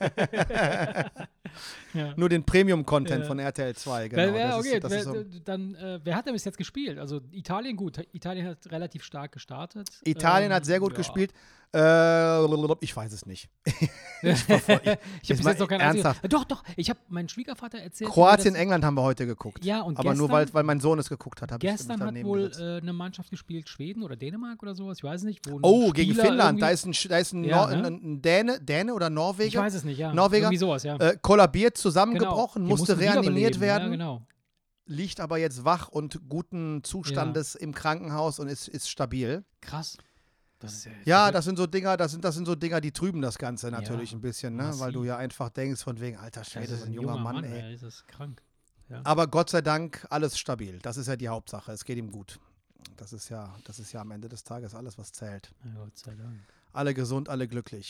Ja. Nur den Premium-Content von RTL 2, genau. Wer hat denn bis jetzt gespielt? Also Italien, gut. Italien hat relativ stark gestartet. Italien hat sehr gut gespielt. Ich weiß es nicht. Ich habe bis jetzt noch keinen ernsthaft. Doch. Ich habe meinen Schwiegervater erzählt. Kroatien, England haben wir heute geguckt. Ja, und aber gestern, nur weil mein Sohn es geguckt hat, habe ich gestern hat wohl eine Mannschaft gespielt, Schweden oder Dänemark oder sowas, ich weiß nicht. Gegen Finnland. Da ist ein Däne oder Norweger. Ich weiß es nicht, ja. Norweger. Irgendwie sowas, ja. Kollabiert, zusammengebrochen, musste reanimiert werden. Ja, genau. Liegt aber jetzt wach und guten Zustandes im Krankenhaus und ist stabil. Krass. Das sind so Dinger, die trüben das Ganze natürlich ein bisschen, ne? Weil du ja einfach denkst, von wegen, alter Schwede, so ein junger Mann, ey. Das ist krank. Ja. Aber Gott sei Dank alles stabil. Das ist ja die Hauptsache. Es geht ihm gut. Das ist ja am Ende des Tages alles, was zählt. Ja, Gott sei Dank. Alle gesund, alle glücklich.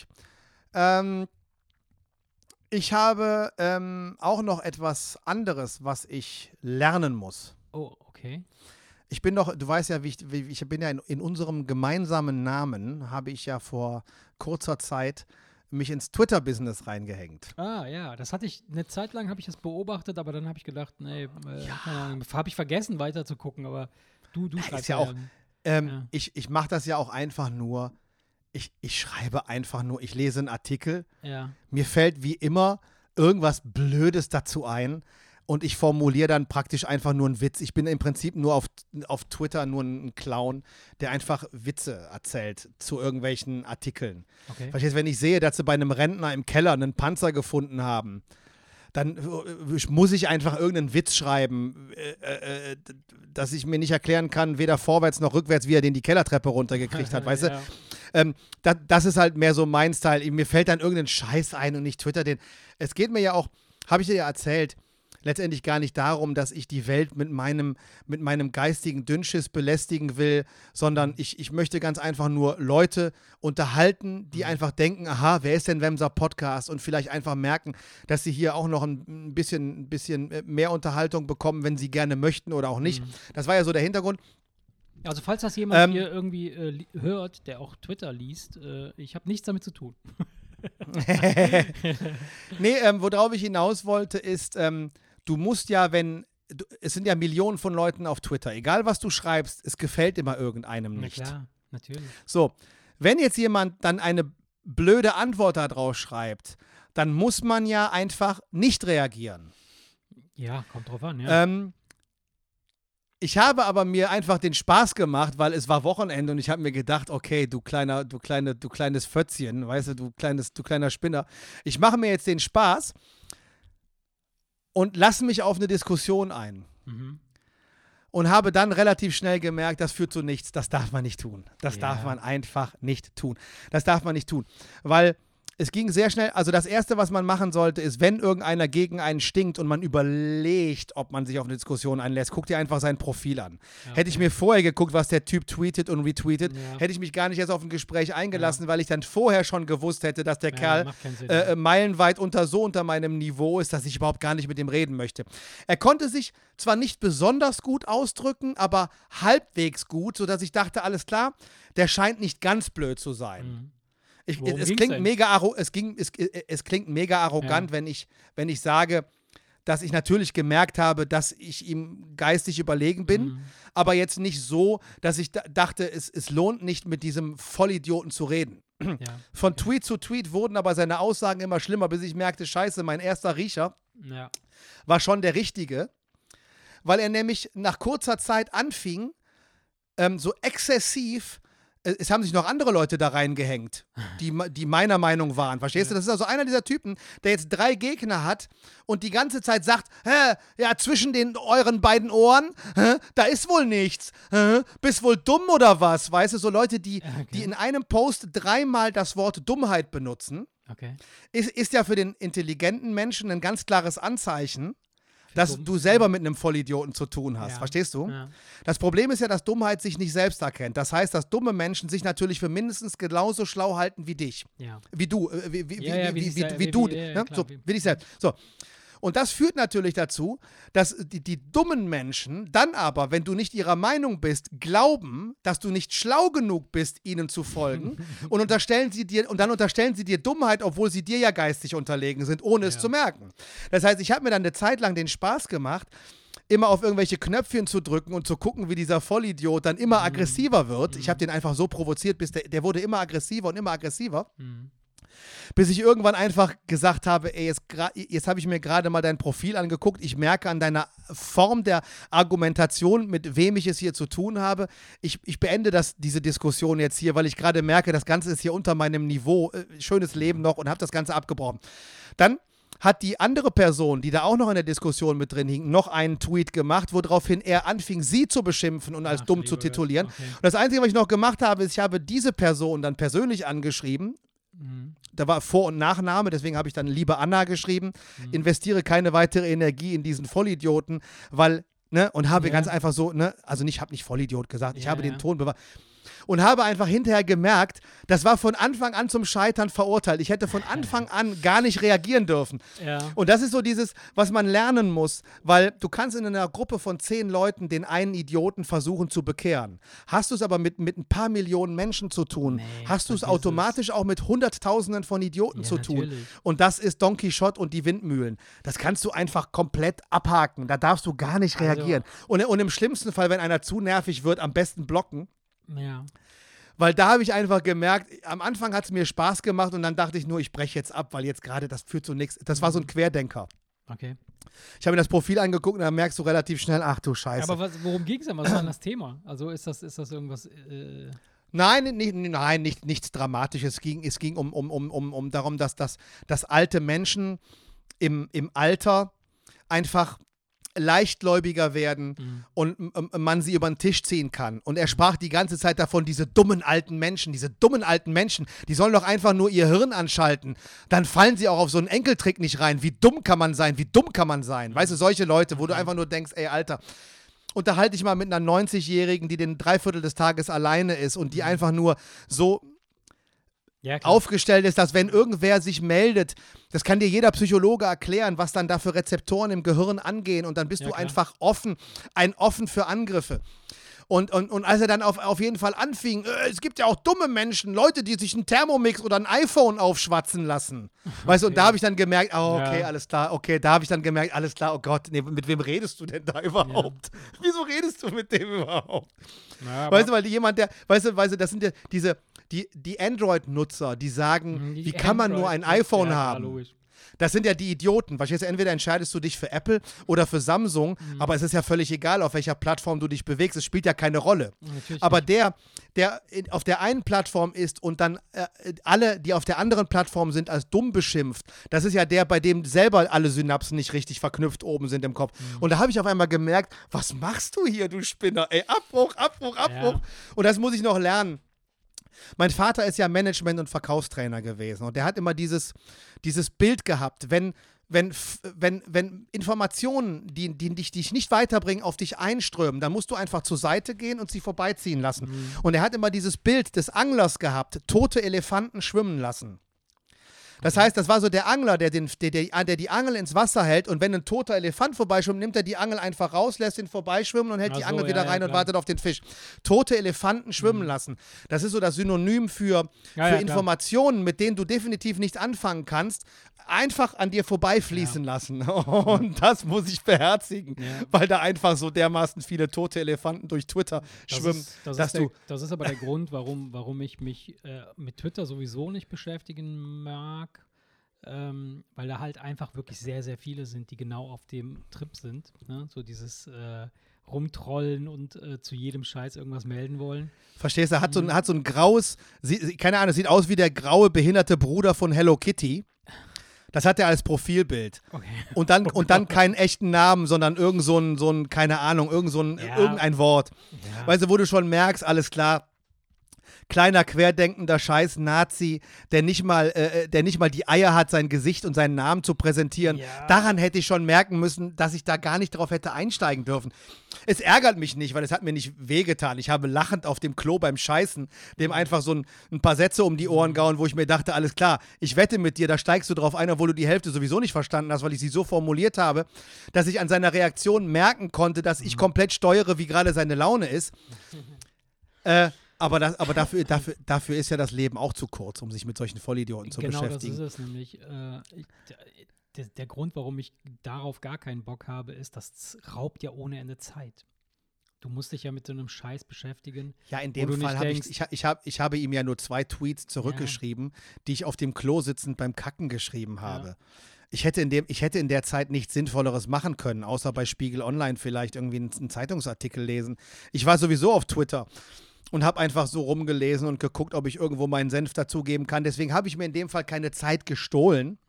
Ich habe auch noch etwas anderes, was ich lernen muss. Oh, okay. Ich bin doch, du weißt ja, ich bin ja in unserem gemeinsamen Namen, habe ich ja vor kurzer Zeit mich ins Twitter-Business reingehängt. Ah, ja, das hatte ich, eine Zeit lang habe ich das beobachtet, aber dann habe ich gedacht, habe ich vergessen weiter zu gucken, aber du schreibst ja auch. Ich mache das ja auch einfach nur, ich schreibe einfach nur, ich lese einen Artikel, mir fällt wie immer irgendwas Blödes dazu ein. Und ich formuliere dann praktisch einfach nur einen Witz. Ich bin im Prinzip nur auf Twitter nur ein Clown, der einfach Witze erzählt zu irgendwelchen Artikeln. Okay. Verstehst du, wenn ich sehe, dass sie bei einem Rentner im Keller einen Panzer gefunden haben, dann muss ich einfach irgendeinen Witz schreiben, dass ich mir nicht erklären kann, weder vorwärts noch rückwärts, wie er den die Kellertreppe runtergekriegt hat, weißt du? Das ist halt mehr so mein Style. Mir fällt dann irgendein Scheiß ein und ich twitter den. Es geht mir ja auch, habe ich dir ja erzählt, letztendlich gar nicht darum, dass ich die Welt mit meinem geistigen Dünnschiss belästigen will, sondern ich möchte ganz einfach nur Leute unterhalten, die einfach denken, aha, wer ist denn Wemser Podcast? Und vielleicht einfach merken, dass sie hier auch noch ein bisschen mehr Unterhaltung bekommen, wenn sie gerne möchten oder auch nicht. Das war ja so der Hintergrund. Also falls das jemand hier irgendwie hört, der auch Twitter liest, ich habe nichts damit zu tun. Nee, worauf ich hinaus wollte, ist, du musst ja, es sind ja Millionen von Leuten auf Twitter, egal was du schreibst, es gefällt immer irgendeinem nicht. Na klar, natürlich. So, wenn jetzt jemand dann eine blöde Antwort darauf schreibt, dann muss man ja einfach nicht reagieren. Ja, kommt drauf an, ja. Ich habe aber mir einfach den Spaß gemacht, weil es war Wochenende und ich habe mir gedacht, okay, du kleines Fötzchen, weißt du kleiner Spinner, ich mache mir jetzt den Spaß und lasse mich auf eine Diskussion ein. Und habe dann relativ schnell gemerkt, das führt zu nichts, das darf man nicht tun. Das darf man einfach nicht tun. Das darf man nicht tun, weil es ging sehr schnell, also das Erste, was man machen sollte, ist, wenn irgendeiner gegen einen stinkt und man überlegt, ob man sich auf eine Diskussion einlässt, guck dir einfach sein Profil an. Ja, okay. Hätte ich mir vorher geguckt, was der Typ tweetet und retweetet, hätte ich mich gar nicht erst auf ein Gespräch eingelassen, weil ich dann vorher schon gewusst hätte, dass der Kerl meilenweit unter meinem Niveau ist, dass ich überhaupt gar nicht mit ihm reden möchte. Er konnte sich zwar nicht besonders gut ausdrücken, aber halbwegs gut, sodass ich dachte, alles klar, der scheint nicht ganz blöd zu sein. Es klingt mega arrogant, wenn ich sage, dass ich natürlich gemerkt habe, dass ich ihm geistig überlegen bin, aber jetzt nicht so, dass ich dachte, es lohnt nicht, mit diesem Vollidioten zu reden. Von Tweet zu Tweet wurden aber seine Aussagen immer schlimmer, bis ich merkte, scheiße, mein erster Riecher war schon der richtige, weil er nämlich nach kurzer Zeit anfing, so exzessiv. Es haben sich noch andere Leute da reingehängt, die meiner Meinung waren. Verstehst du? Das ist also einer dieser Typen, der jetzt 3 Gegner hat und die ganze Zeit sagt, zwischen euren beiden Ohren, da ist wohl nichts. Bist wohl dumm oder was? Weißt du, so Leute, die in einem Post 3-mal das Wort Dummheit benutzen. Okay. Ist ja für den intelligenten Menschen ein ganz klares Anzeichen, dass du selber mit einem Vollidioten zu tun hast. Verstehst du? Ja. Das Problem ist ja, dass Dummheit sich nicht selbst erkennt. Das heißt, dass dumme Menschen sich natürlich für mindestens genauso schlau halten wie dich. Ja. Wie du. Wie dich selbst. So. Und das führt natürlich dazu, dass die dummen Menschen dann aber, wenn du nicht ihrer Meinung bist, glauben, dass du nicht schlau genug bist, ihnen zu folgen und dann unterstellen sie dir Dummheit, obwohl sie dir ja geistig unterlegen sind, ohne es zu merken. Das heißt, ich habe mir dann eine Zeit lang den Spaß gemacht, immer auf irgendwelche Knöpfchen zu drücken und zu gucken, wie dieser Vollidiot dann immer aggressiver wird. Ich habe den einfach so provoziert, bis der wurde immer aggressiver und immer aggressiver. Bis ich irgendwann einfach gesagt habe, ey, jetzt habe ich mir gerade mal dein Profil angeguckt, ich merke an deiner Form der Argumentation, mit wem ich es hier zu tun habe, ich beende diese Diskussion jetzt hier, weil ich gerade merke, das Ganze ist hier unter meinem Niveau, schönes Leben noch und habe das Ganze abgebrochen. Dann hat die andere Person, die da auch noch in der Diskussion mit drin hing, noch einen Tweet gemacht, woraufhin er anfing, sie zu beschimpfen und als dumm zu titulieren. Okay. Und das Einzige, was ich noch gemacht habe, ist, ich habe diese Person dann persönlich angeschrieben. Da war Vor- und Nachname, deswegen habe ich dann liebe Anna geschrieben. Investiere keine weitere Energie in diesen Vollidioten, weil, und habe ganz einfach so, also ich habe nicht Vollidiot gesagt, ich habe den Ton bewahrt. Und habe einfach hinterher gemerkt, das war von Anfang an zum Scheitern verurteilt. Ich hätte von Anfang an gar nicht reagieren dürfen. Ja. Und das ist so dieses, was man lernen muss, weil du kannst in einer Gruppe von 10 Leuten den einen Idioten versuchen zu bekehren. Hast du es aber mit ein paar Millionen Menschen zu tun, hast du es automatisch auch mit Hunderttausenden von Idioten zu tun. Natürlich. Und das ist Don Quixote und die Windmühlen. Das kannst du einfach komplett abhaken. Da darfst du gar nicht reagieren. Und im schlimmsten Fall, wenn einer zu nervig wird, am besten blocken. Ja. Weil da habe ich einfach gemerkt, am Anfang hat es mir Spaß gemacht und dann dachte ich nur, ich breche jetzt ab, weil jetzt gerade, das führt zu nichts. Das war so ein Querdenker. Okay. Ich habe mir das Profil angeguckt und dann merkst du relativ schnell, ach du Scheiße. Aber worum ging es denn? Was war denn das Thema? Also ist das irgendwas... Nein, nichts Dramatisches. Es ging um darum, dass alte Menschen im Alter einfach leichtgläubiger werden und man sie über den Tisch ziehen kann. Und er sprach die ganze Zeit davon, diese dummen alten Menschen, die sollen doch einfach nur ihr Hirn anschalten. Dann fallen sie auch auf so einen Enkeltrick nicht rein. Wie dumm kann man sein? Weißt du, solche Leute, wo du einfach nur denkst, ey, Alter, unterhalte dich mal mit einer 90-Jährigen, die den 3/4 des Tages alleine ist und die einfach nur so aufgestellt ist, dass wenn irgendwer sich meldet, das kann dir jeder Psychologe erklären, was dann da für Rezeptoren im Gehirn angehen und dann bist du einfach offen für Angriffe. Und als er dann auf jeden Fall anfing, es gibt ja auch dumme Menschen, Leute, die sich einen Thermomix oder ein iPhone aufschwatzen lassen. Weißt du, und da habe ich dann gemerkt, alles klar, oh Gott, nee, mit wem redest du denn da überhaupt? Ja. Wieso redest du mit dem überhaupt? Ja, weißt du, weil weißt du, das sind ja die Android-Nutzer, die sagen, wie kann man nur ein iPhone haben? Logisch. Das sind ja die Idioten. Verstehst du, entweder entscheidest du dich für Apple oder für Samsung, aber es ist ja völlig egal, auf welcher Plattform du dich bewegst. Es spielt ja keine Rolle. Natürlich aber der auf der einen Plattform ist und dann alle, die auf der anderen Plattform sind, als dumm beschimpft, das ist ja der, bei dem selber alle Synapsen nicht richtig verknüpft oben sind im Kopf. Und da habe ich auf einmal gemerkt, was machst du hier, du Spinner? Ey, Abbruch. Ja. Und das muss ich noch lernen. Mein Vater ist ja Management- und Verkaufstrainer gewesen und der hat immer dieses Bild gehabt, wenn Informationen, die dich nicht weiterbringen, auf dich einströmen, dann musst du einfach zur Seite gehen und sie vorbeiziehen lassen. Und er hat immer dieses Bild des Anglers gehabt, tote Elefanten schwimmen lassen. Das heißt, das war so der Angler, der die Angel ins Wasser hält und wenn ein toter Elefant vorbeischwimmt, nimmt er die Angel einfach raus, lässt ihn vorbeischwimmen und hält die Angel wieder rein und wartet auf den Fisch. Tote Elefanten schwimmen lassen. Das ist so das Synonym für Informationen, mit denen du definitiv nichts anfangen kannst, einfach an dir vorbeifließen lassen. Und das muss ich beherzigen, weil da einfach so dermaßen viele tote Elefanten durch Twitter schwimmen. Das ist aber der Grund, warum ich mich mit Twitter sowieso nicht beschäftigen mag, weil da halt einfach wirklich sehr, sehr viele sind, die genau auf dem Trip sind. Ne? So dieses rumtrollen und zu jedem Scheiß irgendwas melden wollen. Verstehst du, hat so ein graues, keine Ahnung, sieht aus wie der graue, behinderte Bruder von Hello Kitty. Das hat er als Profilbild. Okay. Und dann keinen echten Namen, sondern irgend so ein keine Ahnung, irgendein Wort. Ja. Weißt du, wo du schon merkst, alles klar, kleiner querdenkender Scheiß-Nazi, der nicht mal die Eier hat, sein Gesicht und seinen Namen zu präsentieren. Ja. Daran hätte ich schon merken müssen, dass ich da gar nicht drauf hätte einsteigen dürfen. Es ärgert mich nicht, weil es hat mir nicht wehgetan. Ich habe lachend auf dem Klo beim Scheißen dem einfach so ein paar Sätze um die Ohren gehauen, wo ich mir dachte, alles klar, ich wette mit dir, da steigst du drauf ein, obwohl du die Hälfte sowieso nicht verstanden hast, weil ich sie so formuliert habe, dass ich an seiner Reaktion merken konnte, dass ich komplett steuere, wie gerade seine Laune ist. Aber dafür ist ja das Leben auch zu kurz, um sich mit solchen Vollidioten zu beschäftigen. Genau, das ist es nämlich. Der Grund, warum ich darauf gar keinen Bock habe, ist, das raubt ja ohne Ende Zeit. Du musst dich ja mit so einem Scheiß beschäftigen. Ja, in dem Fall habe ihm ja nur 2 Tweets zurückgeschrieben, die ich auf dem Klo sitzend beim Kacken geschrieben habe. Ja. Ich hätte in der Zeit nichts Sinnvolleres machen können, außer bei Spiegel Online vielleicht irgendwie einen Zeitungsartikel lesen. Ich war sowieso auf Twitter und habe einfach so rumgelesen und geguckt, ob ich irgendwo meinen Senf dazugeben kann. Deswegen habe ich mir in dem Fall keine Zeit gestohlen.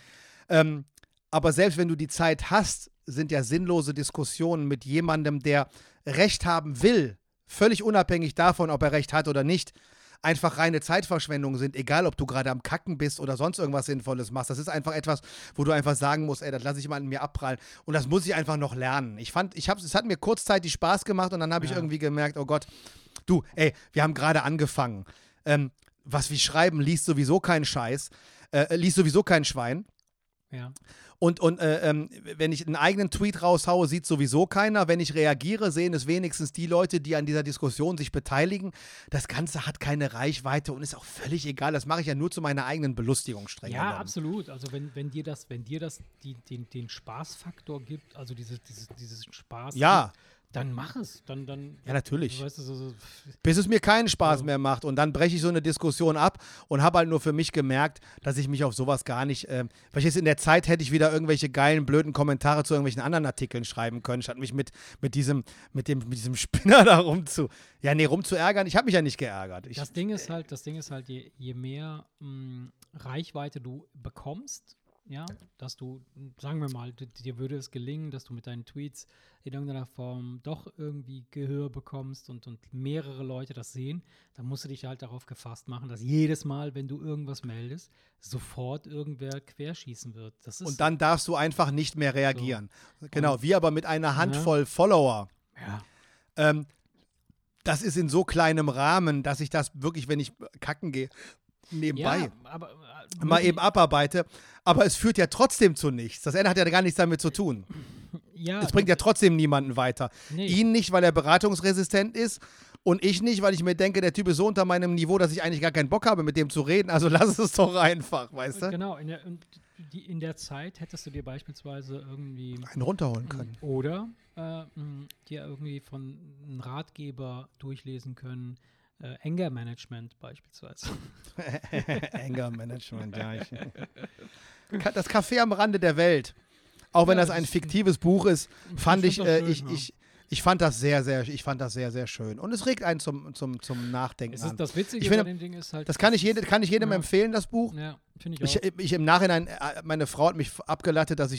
Aber selbst wenn du die Zeit hast, sind ja sinnlose Diskussionen mit jemandem, der Recht haben will, völlig unabhängig davon, ob er Recht hat oder nicht, einfach reine Zeitverschwendung sind, egal ob du gerade am Kacken bist oder sonst irgendwas Sinnvolles machst. Das ist einfach etwas, wo du einfach sagen musst, ey, das lasse ich mal an mir abprallen. Und das muss ich einfach noch lernen. Es hat mir kurzzeitig Spaß gemacht und dann habe ich irgendwie gemerkt, oh Gott, du, ey, wir haben gerade angefangen. Was wir schreiben, liest sowieso kein Scheiß, liest sowieso kein Schwein. Ja. Und wenn ich einen eigenen Tweet raushaue, sieht sowieso keiner. Wenn ich reagiere, sehen es wenigstens die Leute, die an dieser Diskussion sich beteiligen. Das Ganze hat keine Reichweite und ist auch völlig egal. Das mache ich ja nur zu meiner eigenen Belustigung streng genommen. Ja, absolut. Also wenn dir das den Spaßfaktor gibt, also dieses Spaß, ja. Dann mach es. Dann, ja, natürlich. Weißt du, so bis es mir keinen Spaß mehr macht. Und dann breche ich so eine Diskussion ab und habe halt nur für mich gemerkt, dass ich mich auf sowas gar nicht, weil ich jetzt in der Zeit hätte ich wieder irgendwelche geilen, blöden Kommentare zu irgendwelchen anderen Artikeln schreiben können, statt mich mit diesem Spinner da rumzuärgern. Ich habe mich ja nicht geärgert. Das Ding ist halt, je mehr Reichweite du bekommst, ja, dass du, sagen wir mal, dir würde es gelingen, dass du mit deinen Tweets in irgendeiner Form doch irgendwie Gehör bekommst und mehrere Leute das sehen, dann musst du dich halt darauf gefasst machen, dass jedes Mal, wenn du irgendwas meldest, sofort irgendwer querschießen wird. Und dann darfst du einfach nicht mehr reagieren. So. Genau, wir aber mit einer Handvoll Follower. Ja. Das ist in so kleinem Rahmen, dass ich das wirklich, wenn ich kacken gehe, nebenbei mal eben abarbeite. Aber es führt ja trotzdem zu nichts. Das Ende hat ja gar nichts damit zu tun. Ja, es bringt ja trotzdem niemanden weiter. Nee. Ihn nicht, weil er beratungsresistent ist und ich nicht, weil ich mir denke, der Typ ist so unter meinem Niveau, dass ich eigentlich gar keinen Bock habe, mit dem zu reden. Also lass es doch einfach, weißt du? Genau, in der Zeit hättest du dir beispielsweise irgendwie einen runterholen können. Oder dir irgendwie von einem Ratgeber durchlesen können, Anger Management beispielsweise. Anger Management, ja. Das Café am Rande der Welt. Auch wenn das ein fiktives Buch ist, fand ich fand das sehr, sehr schön. Und es regt einen zum Nachdenken an. Das Witzige bei dem Ding ist halt. Das kann ich jedem empfehlen, das Buch. Ja, finde ich auch. Ich im Nachhinein, meine Frau hat mich abgelattet, dass ich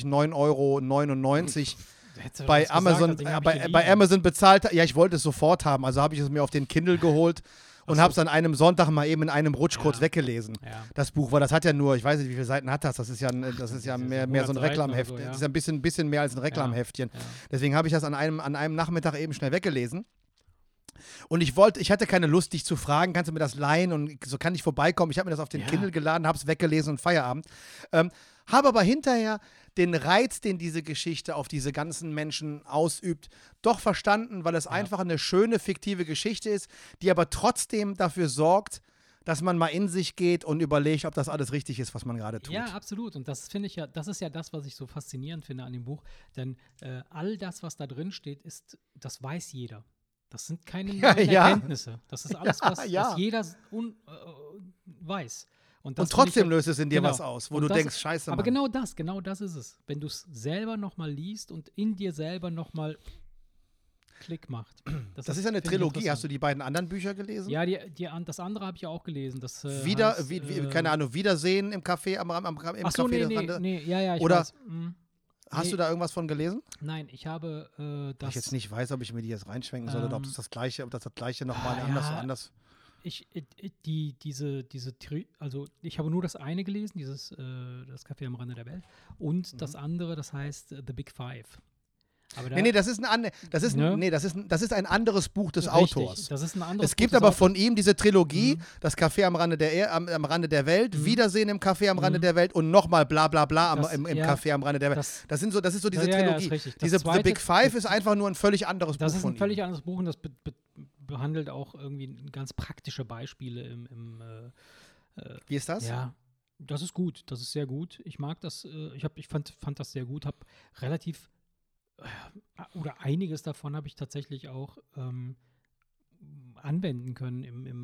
9,99 € bei Amazon bezahlt habe. Ja, ich wollte es sofort haben, also habe ich es mir auf den Kindle geholt und habe es an einem Sonntag mal eben in einem Rutsch kurz weggelesen. Ja. Das Buch, weil das hat ja nur, ich weiß nicht, wie viele Seiten hat das? Das ist ja mehr so ein Reklamheft. So, ja. Das ist ja ein bisschen mehr als ein Reklamheftchen. Ja. Deswegen habe ich das an einem Nachmittag eben schnell weggelesen. Und ich hatte keine Lust, dich zu fragen, kannst du mir das leihen und so kann ich vorbeikommen. Ich habe mir das auf den Kindle geladen, habe es weggelesen und Feierabend. Habe aber hinterher den Reiz, den diese Geschichte auf diese ganzen Menschen ausübt, doch verstanden, weil es einfach eine schöne, fiktive Geschichte ist, die aber trotzdem dafür sorgt, dass man mal in sich geht und überlegt, ob das alles richtig ist, was man gerade tut. Ja, absolut. Und das finde ich ja, das ist ja das, was ich so faszinierend finde an dem Buch. Denn all das, was da drin steht, das weiß jeder. Das sind keine neuen Erkenntnisse. Das ist alles, was jeder weiß. Und trotzdem löst es in dir was aus, wo du denkst, scheiße, Mann. Aber genau das ist es. Wenn du es selber nochmal liest und in dir selber nochmal Klick macht. Das ist eine Trilogie. Hast du die beiden anderen Bücher gelesen? Ja, das andere habe ich auch gelesen. Das, keine Ahnung, Wiedersehen im Café im Café. Nee, ich Oder weiß. Hast du da irgendwas von gelesen? Nein, ich habe das. Ich jetzt nicht weiß, ob ich mir die jetzt reinschwenken soll oder ob das gleiche nochmal anders. also ich habe nur das eine gelesen, das Café am Rande der Welt, und das andere, das heißt The Big Five. Aber Nee, das ist ein anderes Buch des Autors. Das ist ein anderes Es gibt Buch des aber Autors. von ihm diese Trilogie, das Café am Rande der Welt, Wiedersehen im Café am Rande der Welt und nochmal bla bla bla im Café am Rande der Welt. Das ist so diese Trilogie. Das The Big Five ist einfach nur ein völlig anderes Buch von ihm. Das ist ein völlig anderes Buch und das behandelt auch irgendwie ganz praktische Beispiele Wie ist das? Ja, das ist gut. Das ist sehr gut. Ich mag das. Ich fand das sehr gut. Habe relativ oder einiges davon habe ich tatsächlich auch anwenden können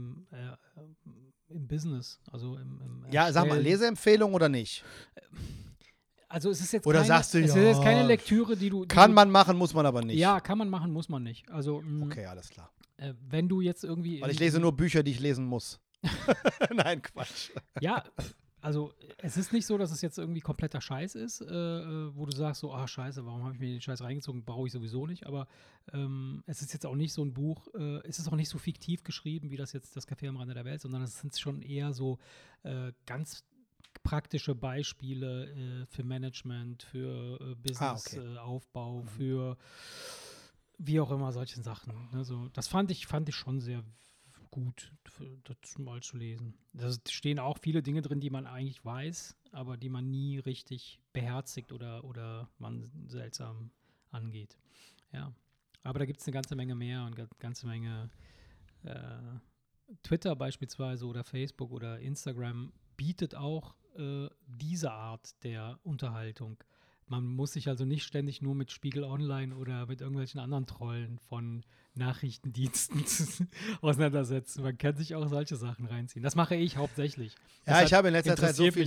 im Business. Also im Ja, sag mal, Leseempfehlung oder nicht? Also es ist jetzt oder sagst du, es ist jetzt keine Lektüre, die du... Kann man machen, muss man aber nicht. Ja, kann man machen, muss man nicht. Also okay, alles klar. Wenn du jetzt irgendwie... Weil ich lese nur Bücher, die ich lesen muss. Nein, Quatsch. Ja, also es ist nicht so, dass es jetzt irgendwie kompletter Scheiß ist, wo du sagst so, scheiße, warum habe ich mir den Scheiß reingezogen, brauche ich sowieso nicht, aber es ist jetzt auch nicht so ein Buch, es ist auch nicht so fiktiv geschrieben, wie das jetzt das Café am Rande der Welt, sondern es sind schon eher so ganz praktische Beispiele für Management, für Businessaufbau, für wie auch immer solche Sachen. Ne? So, das fand ich schon sehr gut, das mal zu lesen. Da stehen auch viele Dinge drin, die man eigentlich weiß, aber die man nie richtig beherzigt oder man seltsam angeht. Ja, aber da gibt es eine ganze Menge mehr und eine ganze Menge Twitter beispielsweise oder Facebook oder Instagram bietet auch diese Art der Unterhaltung. Man muss sich also nicht ständig nur mit Spiegel Online oder mit irgendwelchen anderen Trollen von Nachrichtendiensten auseinandersetzen. Man kann sich auch solche Sachen reinziehen. Das mache ich hauptsächlich. Ja, ich habe in letzter Zeit so viele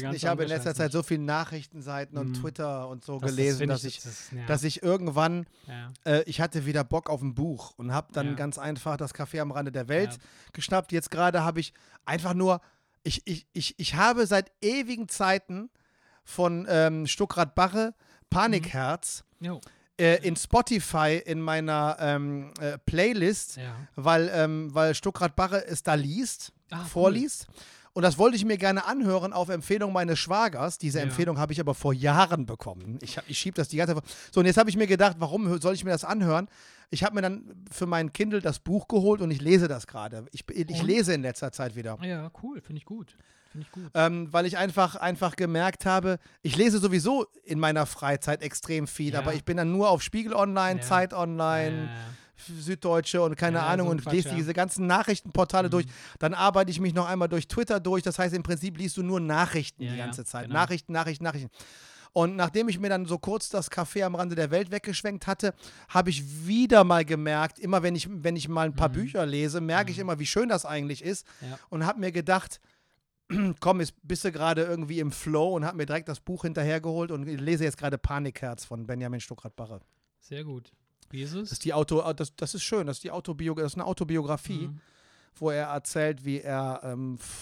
Nachrichtenseiten und Twitter und so gelesen, dass ich irgendwann, ich hatte wieder Bock auf ein Buch und habe dann ganz einfach das Café am Rande der Welt geschnappt. Jetzt gerade habe ich einfach nur, ich habe seit ewigen Zeiten von Stuckrad-Barre Panikherz in Spotify in meiner Playlist, weil Stuckrad-Barre es da vorliest. Cool. Und das wollte ich mir gerne anhören auf Empfehlung meines Schwagers. Diese Empfehlung habe ich aber vor Jahren bekommen. Ich schiebe das die ganze Zeit. So, und jetzt habe ich mir gedacht, warum soll ich mir das anhören? Ich habe mir dann für meinen Kindle das Buch geholt und ich lese das gerade. Ich lese in letzter Zeit wieder. Ja, cool, finde ich gut. Weil ich einfach gemerkt habe, ich lese sowieso in meiner Freizeit extrem viel, aber ich bin dann nur auf Spiegel Online, Zeit Online, Süddeutsche und keine Ahnung, so und lese diese ganzen Nachrichtenportale durch. Dann arbeite ich mich noch einmal durch Twitter durch. Das heißt, im Prinzip liest du nur Nachrichten die ganze Zeit. Genau. Nachrichten. Und nachdem ich mir dann so kurz das Café am Rande der Welt weggeschwenkt hatte, habe ich wieder mal gemerkt, immer wenn ich mal ein paar Bücher lese, merke ich immer, wie schön das eigentlich ist. Ja. Und habe mir gedacht, komm, jetzt bist du gerade irgendwie im Flow und habe mir direkt das Buch hinterhergeholt und lese jetzt gerade Panikherz von Benjamin Stuckrad-Barre. Sehr gut. Wie ist es? Das ist schön, das ist eine Autobiografie, wo er erzählt, wie er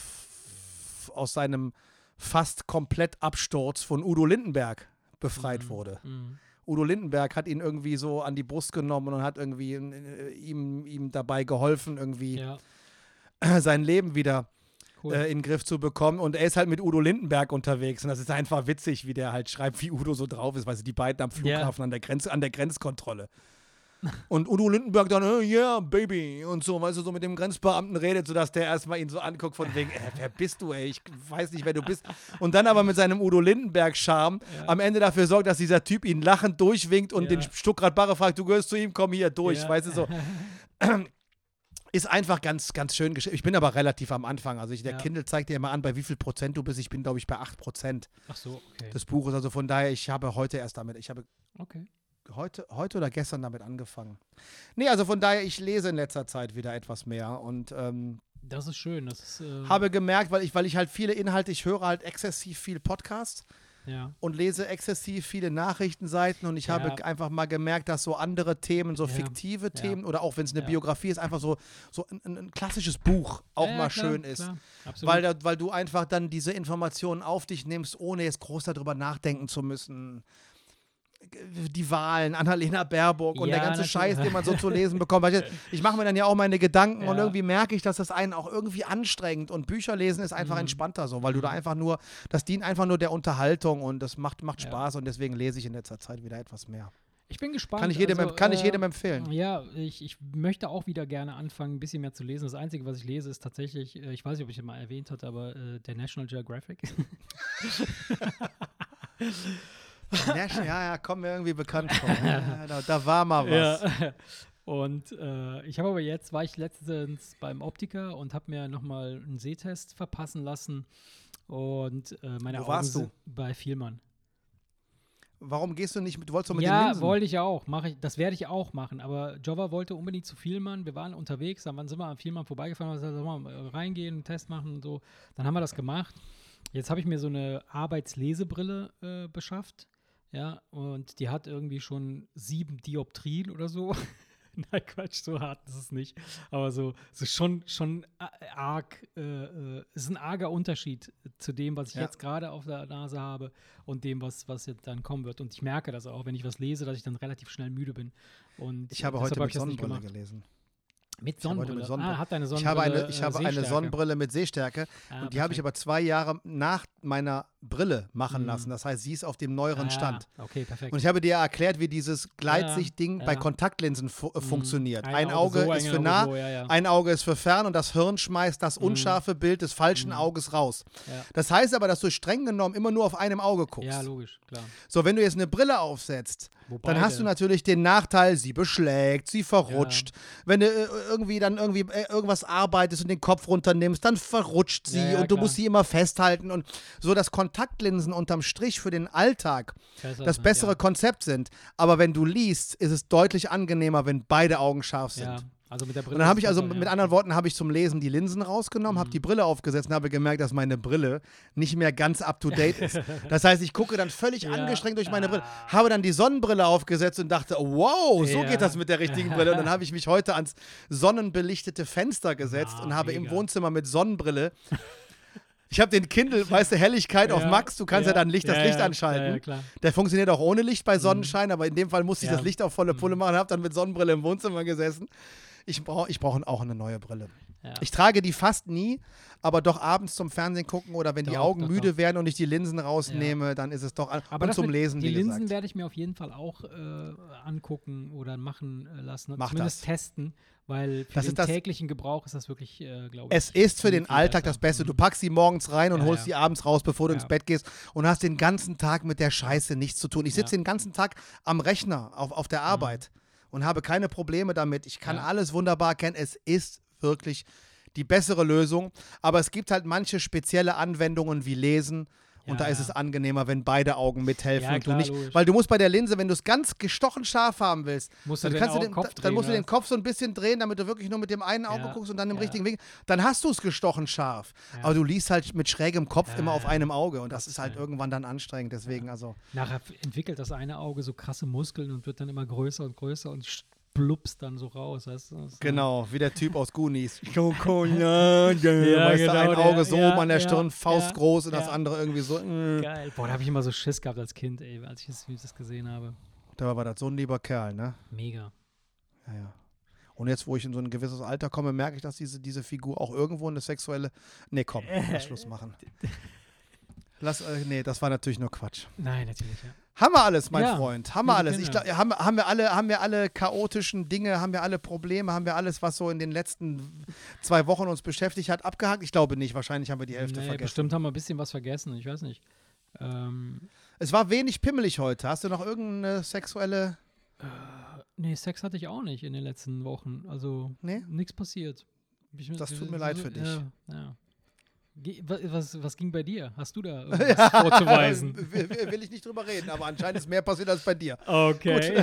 aus seinem fast komplett Absturz von Udo Lindenberg befreit wurde. Udo Lindenberg hat ihn irgendwie so an die Brust genommen und hat irgendwie ihm dabei geholfen, irgendwie sein Leben wieder in den Griff zu bekommen. Und er ist halt mit Udo Lindenberg unterwegs. Und das ist einfach witzig, wie der halt schreibt, wie Udo so drauf ist. Weißt du, die beiden am Flughafen an der Grenzkontrolle. Und Udo Lindenberg dann, yeah, baby. Und so, weißt du, so mit dem Grenzbeamten redet, sodass der erstmal ihn so anguckt von wegen, wer bist du, ey? Ich weiß nicht, wer du bist. Und dann aber mit seinem Udo Lindenberg-Charme am Ende dafür sorgt, dass dieser Typ ihn lachend durchwinkt und den Stuckrad-Barre fragt, du gehörst zu ihm, komm hier durch, weißt du, so. Ist einfach ganz, ganz schön geschrieben. Ich bin aber relativ am Anfang. Also der Kindle zeigt dir immer an, bei wie viel Prozent du bist. Ich bin, glaube ich, bei 8% des Buches. Also von daher, ich habe heute erst damit, heute oder gestern damit angefangen. Nee, also von daher, ich lese in letzter Zeit wieder etwas mehr und das ist schön. Habe gemerkt, weil ich halt viele Inhalte, ich höre halt exzessiv viel Podcast. Und lese exzessiv viele Nachrichtenseiten und ich habe einfach mal gemerkt, dass so andere Themen, so fiktive Themen oder auch wenn es eine Biografie ist, einfach so ein klassisches Buch auch mal schön ist. Weil du einfach dann diese Informationen auf dich nimmst, ohne jetzt groß darüber nachdenken zu müssen. die Wahlen, Annalena Baerbock und Ja, der ganze natürlich. Scheiß, den man so zu lesen bekommt. Weil ich mache mir dann ja auch meine Gedanken und Ja. irgendwie merke ich, dass das einen auch irgendwie anstrengt. Und Bücher lesen ist einfach entspannter so, weil du da einfach nur, das dient einfach nur der Unterhaltung und das macht Spaß und deswegen lese ich in letzter Zeit wieder etwas mehr. Ich bin gespannt. Kann ich jedem empfehlen. Ja, ich möchte auch wieder gerne anfangen, ein bisschen mehr zu lesen. Das Einzige, was ich lese, ist tatsächlich, ich weiß nicht, ob ich das mal erwähnt hatte, aber der National Geographic. Ja, kommt mir irgendwie bekannt vor. Ja, da war mal was. Ja. Und war ich letztens beim Optiker und habe mir nochmal einen Sehtest verpassen lassen. Und meine Wo Augen warst du? sind bei Vielmann. Warum gehst du nicht mit, wolltest du mit den Ja, Linsen? wollte ich auch. Das werde ich auch machen. Aber Jova wollte unbedingt zu Vielmann. Wir waren unterwegs, dann sind wir an Vielmann vorbeigefahren, soll mal reingehen, einen Test machen und so. Dann haben wir das gemacht. Jetzt habe ich mir so eine Arbeitslesebrille beschafft. Ja, und die hat irgendwie schon 7 Dioptrien oder so. Nein, Quatsch, so hart ist es nicht. Aber so schon arg, ist ein arger Unterschied zu dem, was ich jetzt gerade auf der Nase habe und dem, was jetzt dann kommen wird. Und ich merke das auch, wenn ich was lese, dass ich dann relativ schnell müde bin. Und Ich habe heute mit Sonnenbrille gelesen. Mit Sonnenbrille? Hat deine Ich Sonnenbrille habe eine Sonnenbrille mit Sehstärke und die habe ich aber 2 Jahre nach meiner Brille machen lassen. Das heißt, sie ist auf dem neueren Stand. Okay, perfekt. Und ich habe dir ja erklärt, wie dieses Gleitsichtding bei Kontaktlinsen funktioniert. Ein Auge ist für nah, ein Auge ist für fern und das Hirn schmeißt das unscharfe Bild des falschen Auges raus. Ja. Das heißt aber, dass du streng genommen immer nur auf einem Auge guckst. Ja, logisch, klar. So, wenn du jetzt eine Brille aufsetzt, dann hast du natürlich den Nachteil, sie beschlägt, sie verrutscht. Wenn du irgendwas arbeitest und den Kopf runternimmst, dann verrutscht sie und du musst sie immer festhalten. Und so, dass Kontaktlinsen unterm Strich für den Alltag das bessere Konzept sind. Aber wenn du liest, ist es deutlich angenehmer, wenn beide Augen scharf sind. Ja. Also mit der Brille. Und dann habe ich mit anderen Worten, habe ich zum Lesen die Linsen rausgenommen, habe die Brille aufgesetzt und habe gemerkt, dass meine Brille nicht mehr ganz up-to-date ist. Das heißt, ich gucke dann völlig angestrengt durch meine Brille, habe dann die Sonnenbrille aufgesetzt und dachte, wow, so geht das mit der richtigen Brille. Und dann habe ich mich heute ans sonnenbelichtete Fenster gesetzt und habe im Wohnzimmer mit Sonnenbrille. Ich habe den Kindle, weißt du, Helligkeit auf Max, du kannst ja dann das Licht anschalten. Klar. Der funktioniert auch ohne Licht bei Sonnenschein, aber in dem Fall musste ich das Licht auf volle Pulle machen, habe dann mit Sonnenbrille im Wohnzimmer gesessen. Ich brauche auch eine neue Brille. Ja. Ich trage die fast nie, aber doch abends zum Fernsehen gucken oder wenn die Augen müde werden und ich die Linsen rausnehme, dann ist es doch aber und zum Lesen, die wie Linsen gesagt. werde ich mir auf jeden Fall auch angucken oder machen lassen. Mach zumindest das. testen, weil für den täglichen Gebrauch ist das wirklich, glaube ich. Es ist für den Alltag das Beste. Du packst sie morgens rein und holst sie abends raus, bevor du ins Bett gehst und hast den ganzen Tag mit der Scheiße nichts zu tun. Ich sitze den ganzen Tag am Rechner auf der Arbeit und habe keine Probleme damit. Ich kann alles wunderbar kennen. Es ist wirklich die bessere Lösung. Aber es gibt halt manche spezielle Anwendungen wie Lesen. Und da ist es angenehmer, wenn beide Augen mithelfen und klar, du nicht. logisch. Weil du musst bei der Linse, wenn du es ganz gestochen scharf haben willst, Musst dann du musst du drehen, den Kopf so ein bisschen drehen, damit du wirklich nur mit dem einen Auge guckst und dann im richtigen Weg. Dann hast du es gestochen scharf. Aber du liest halt mit schrägem Kopf immer auf einem Auge und das ist halt irgendwann dann anstrengend. Deswegen also. Nachher entwickelt das eine Auge so krasse Muskeln und wird dann immer größer und größer und blubst dann so raus. Weißt du? So. Genau, wie der Typ aus Goonies. Weißt du, ein Auge so oben an der Stirn, faustgroß und das andere irgendwie so. Geil. Boah, da habe ich immer so Schiss gehabt als Kind, ey, als ich das gesehen habe. Da war das so ein lieber Kerl, ne? Mega. Ja. Und jetzt, wo ich in so ein gewisses Alter komme, merke ich, dass diese Figur auch irgendwo eine sexuelle. Nee, komm, lass Schluss machen. Nee, das war natürlich nur Quatsch. Nein, natürlich, Haben wir alles, mein Freund. Haben wir alles. Kinder. Haben wir alle chaotischen Dinge, haben wir alle Probleme, haben wir alles, was so in den letzten 2 Wochen uns beschäftigt hat, abgehakt? Ich glaube nicht. Wahrscheinlich haben wir die Hälfte vergessen. Bestimmt haben wir ein bisschen was vergessen. Ich weiß nicht. Es war wenig pimmelig heute. Hast du noch irgendeine sexuelle... Nee, Sex hatte ich auch nicht in den letzten Wochen. Also nichts passiert. Das tut mir leid für dich. Ja. Was ging bei dir? Hast du da irgendwas vorzuweisen? Will ich nicht drüber reden, aber anscheinend ist mehr passiert als bei dir. Okay.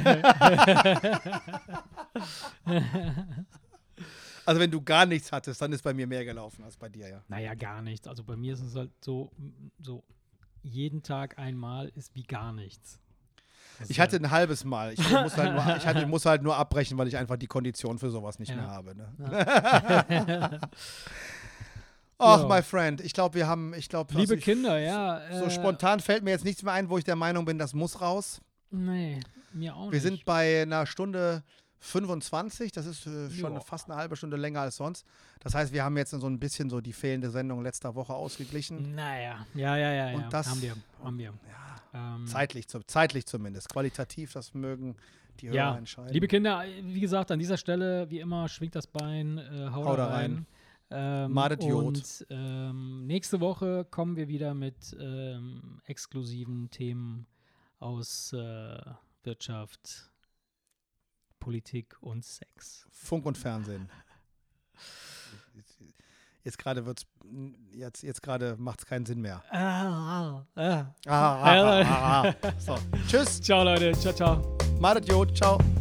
Also wenn du gar nichts hattest, dann ist bei mir mehr gelaufen als bei dir, ja. Naja, gar nichts. Also bei mir ist es halt so jeden Tag einmal ist wie gar nichts. Ich hatte ein halbes Mal. Ich muss halt nur abbrechen, weil ich einfach die Kondition für sowas nicht mehr habe. Ne? Ja. Ach, my friend, ich glaube, wir haben, Liebe Kinder, ja. So spontan fällt mir jetzt nichts mehr ein, wo ich der Meinung bin, das muss raus. Nee, mir auch nicht. Wir sind bei einer Stunde 25, das ist schon fast eine halbe Stunde länger als sonst. Das heißt, wir haben jetzt so ein bisschen so die fehlende Sendung letzter Woche ausgeglichen. Naja, ja. Und das haben wir. Ja, zeitlich zumindest. Qualitativ, das mögen die Hörer entscheiden. Liebe Kinder, wie gesagt, an dieser Stelle, wie immer, schwingt das Bein, hau da rein. Madet Jod. Und nächste Woche kommen wir wieder mit exklusiven Themen aus Wirtschaft, Politik und Sex. Funk und Fernsehen. Jetzt gerade macht es keinen Sinn mehr. So. Tschüss. Ciao, Leute. Ciao. Madet Jod. Ciao.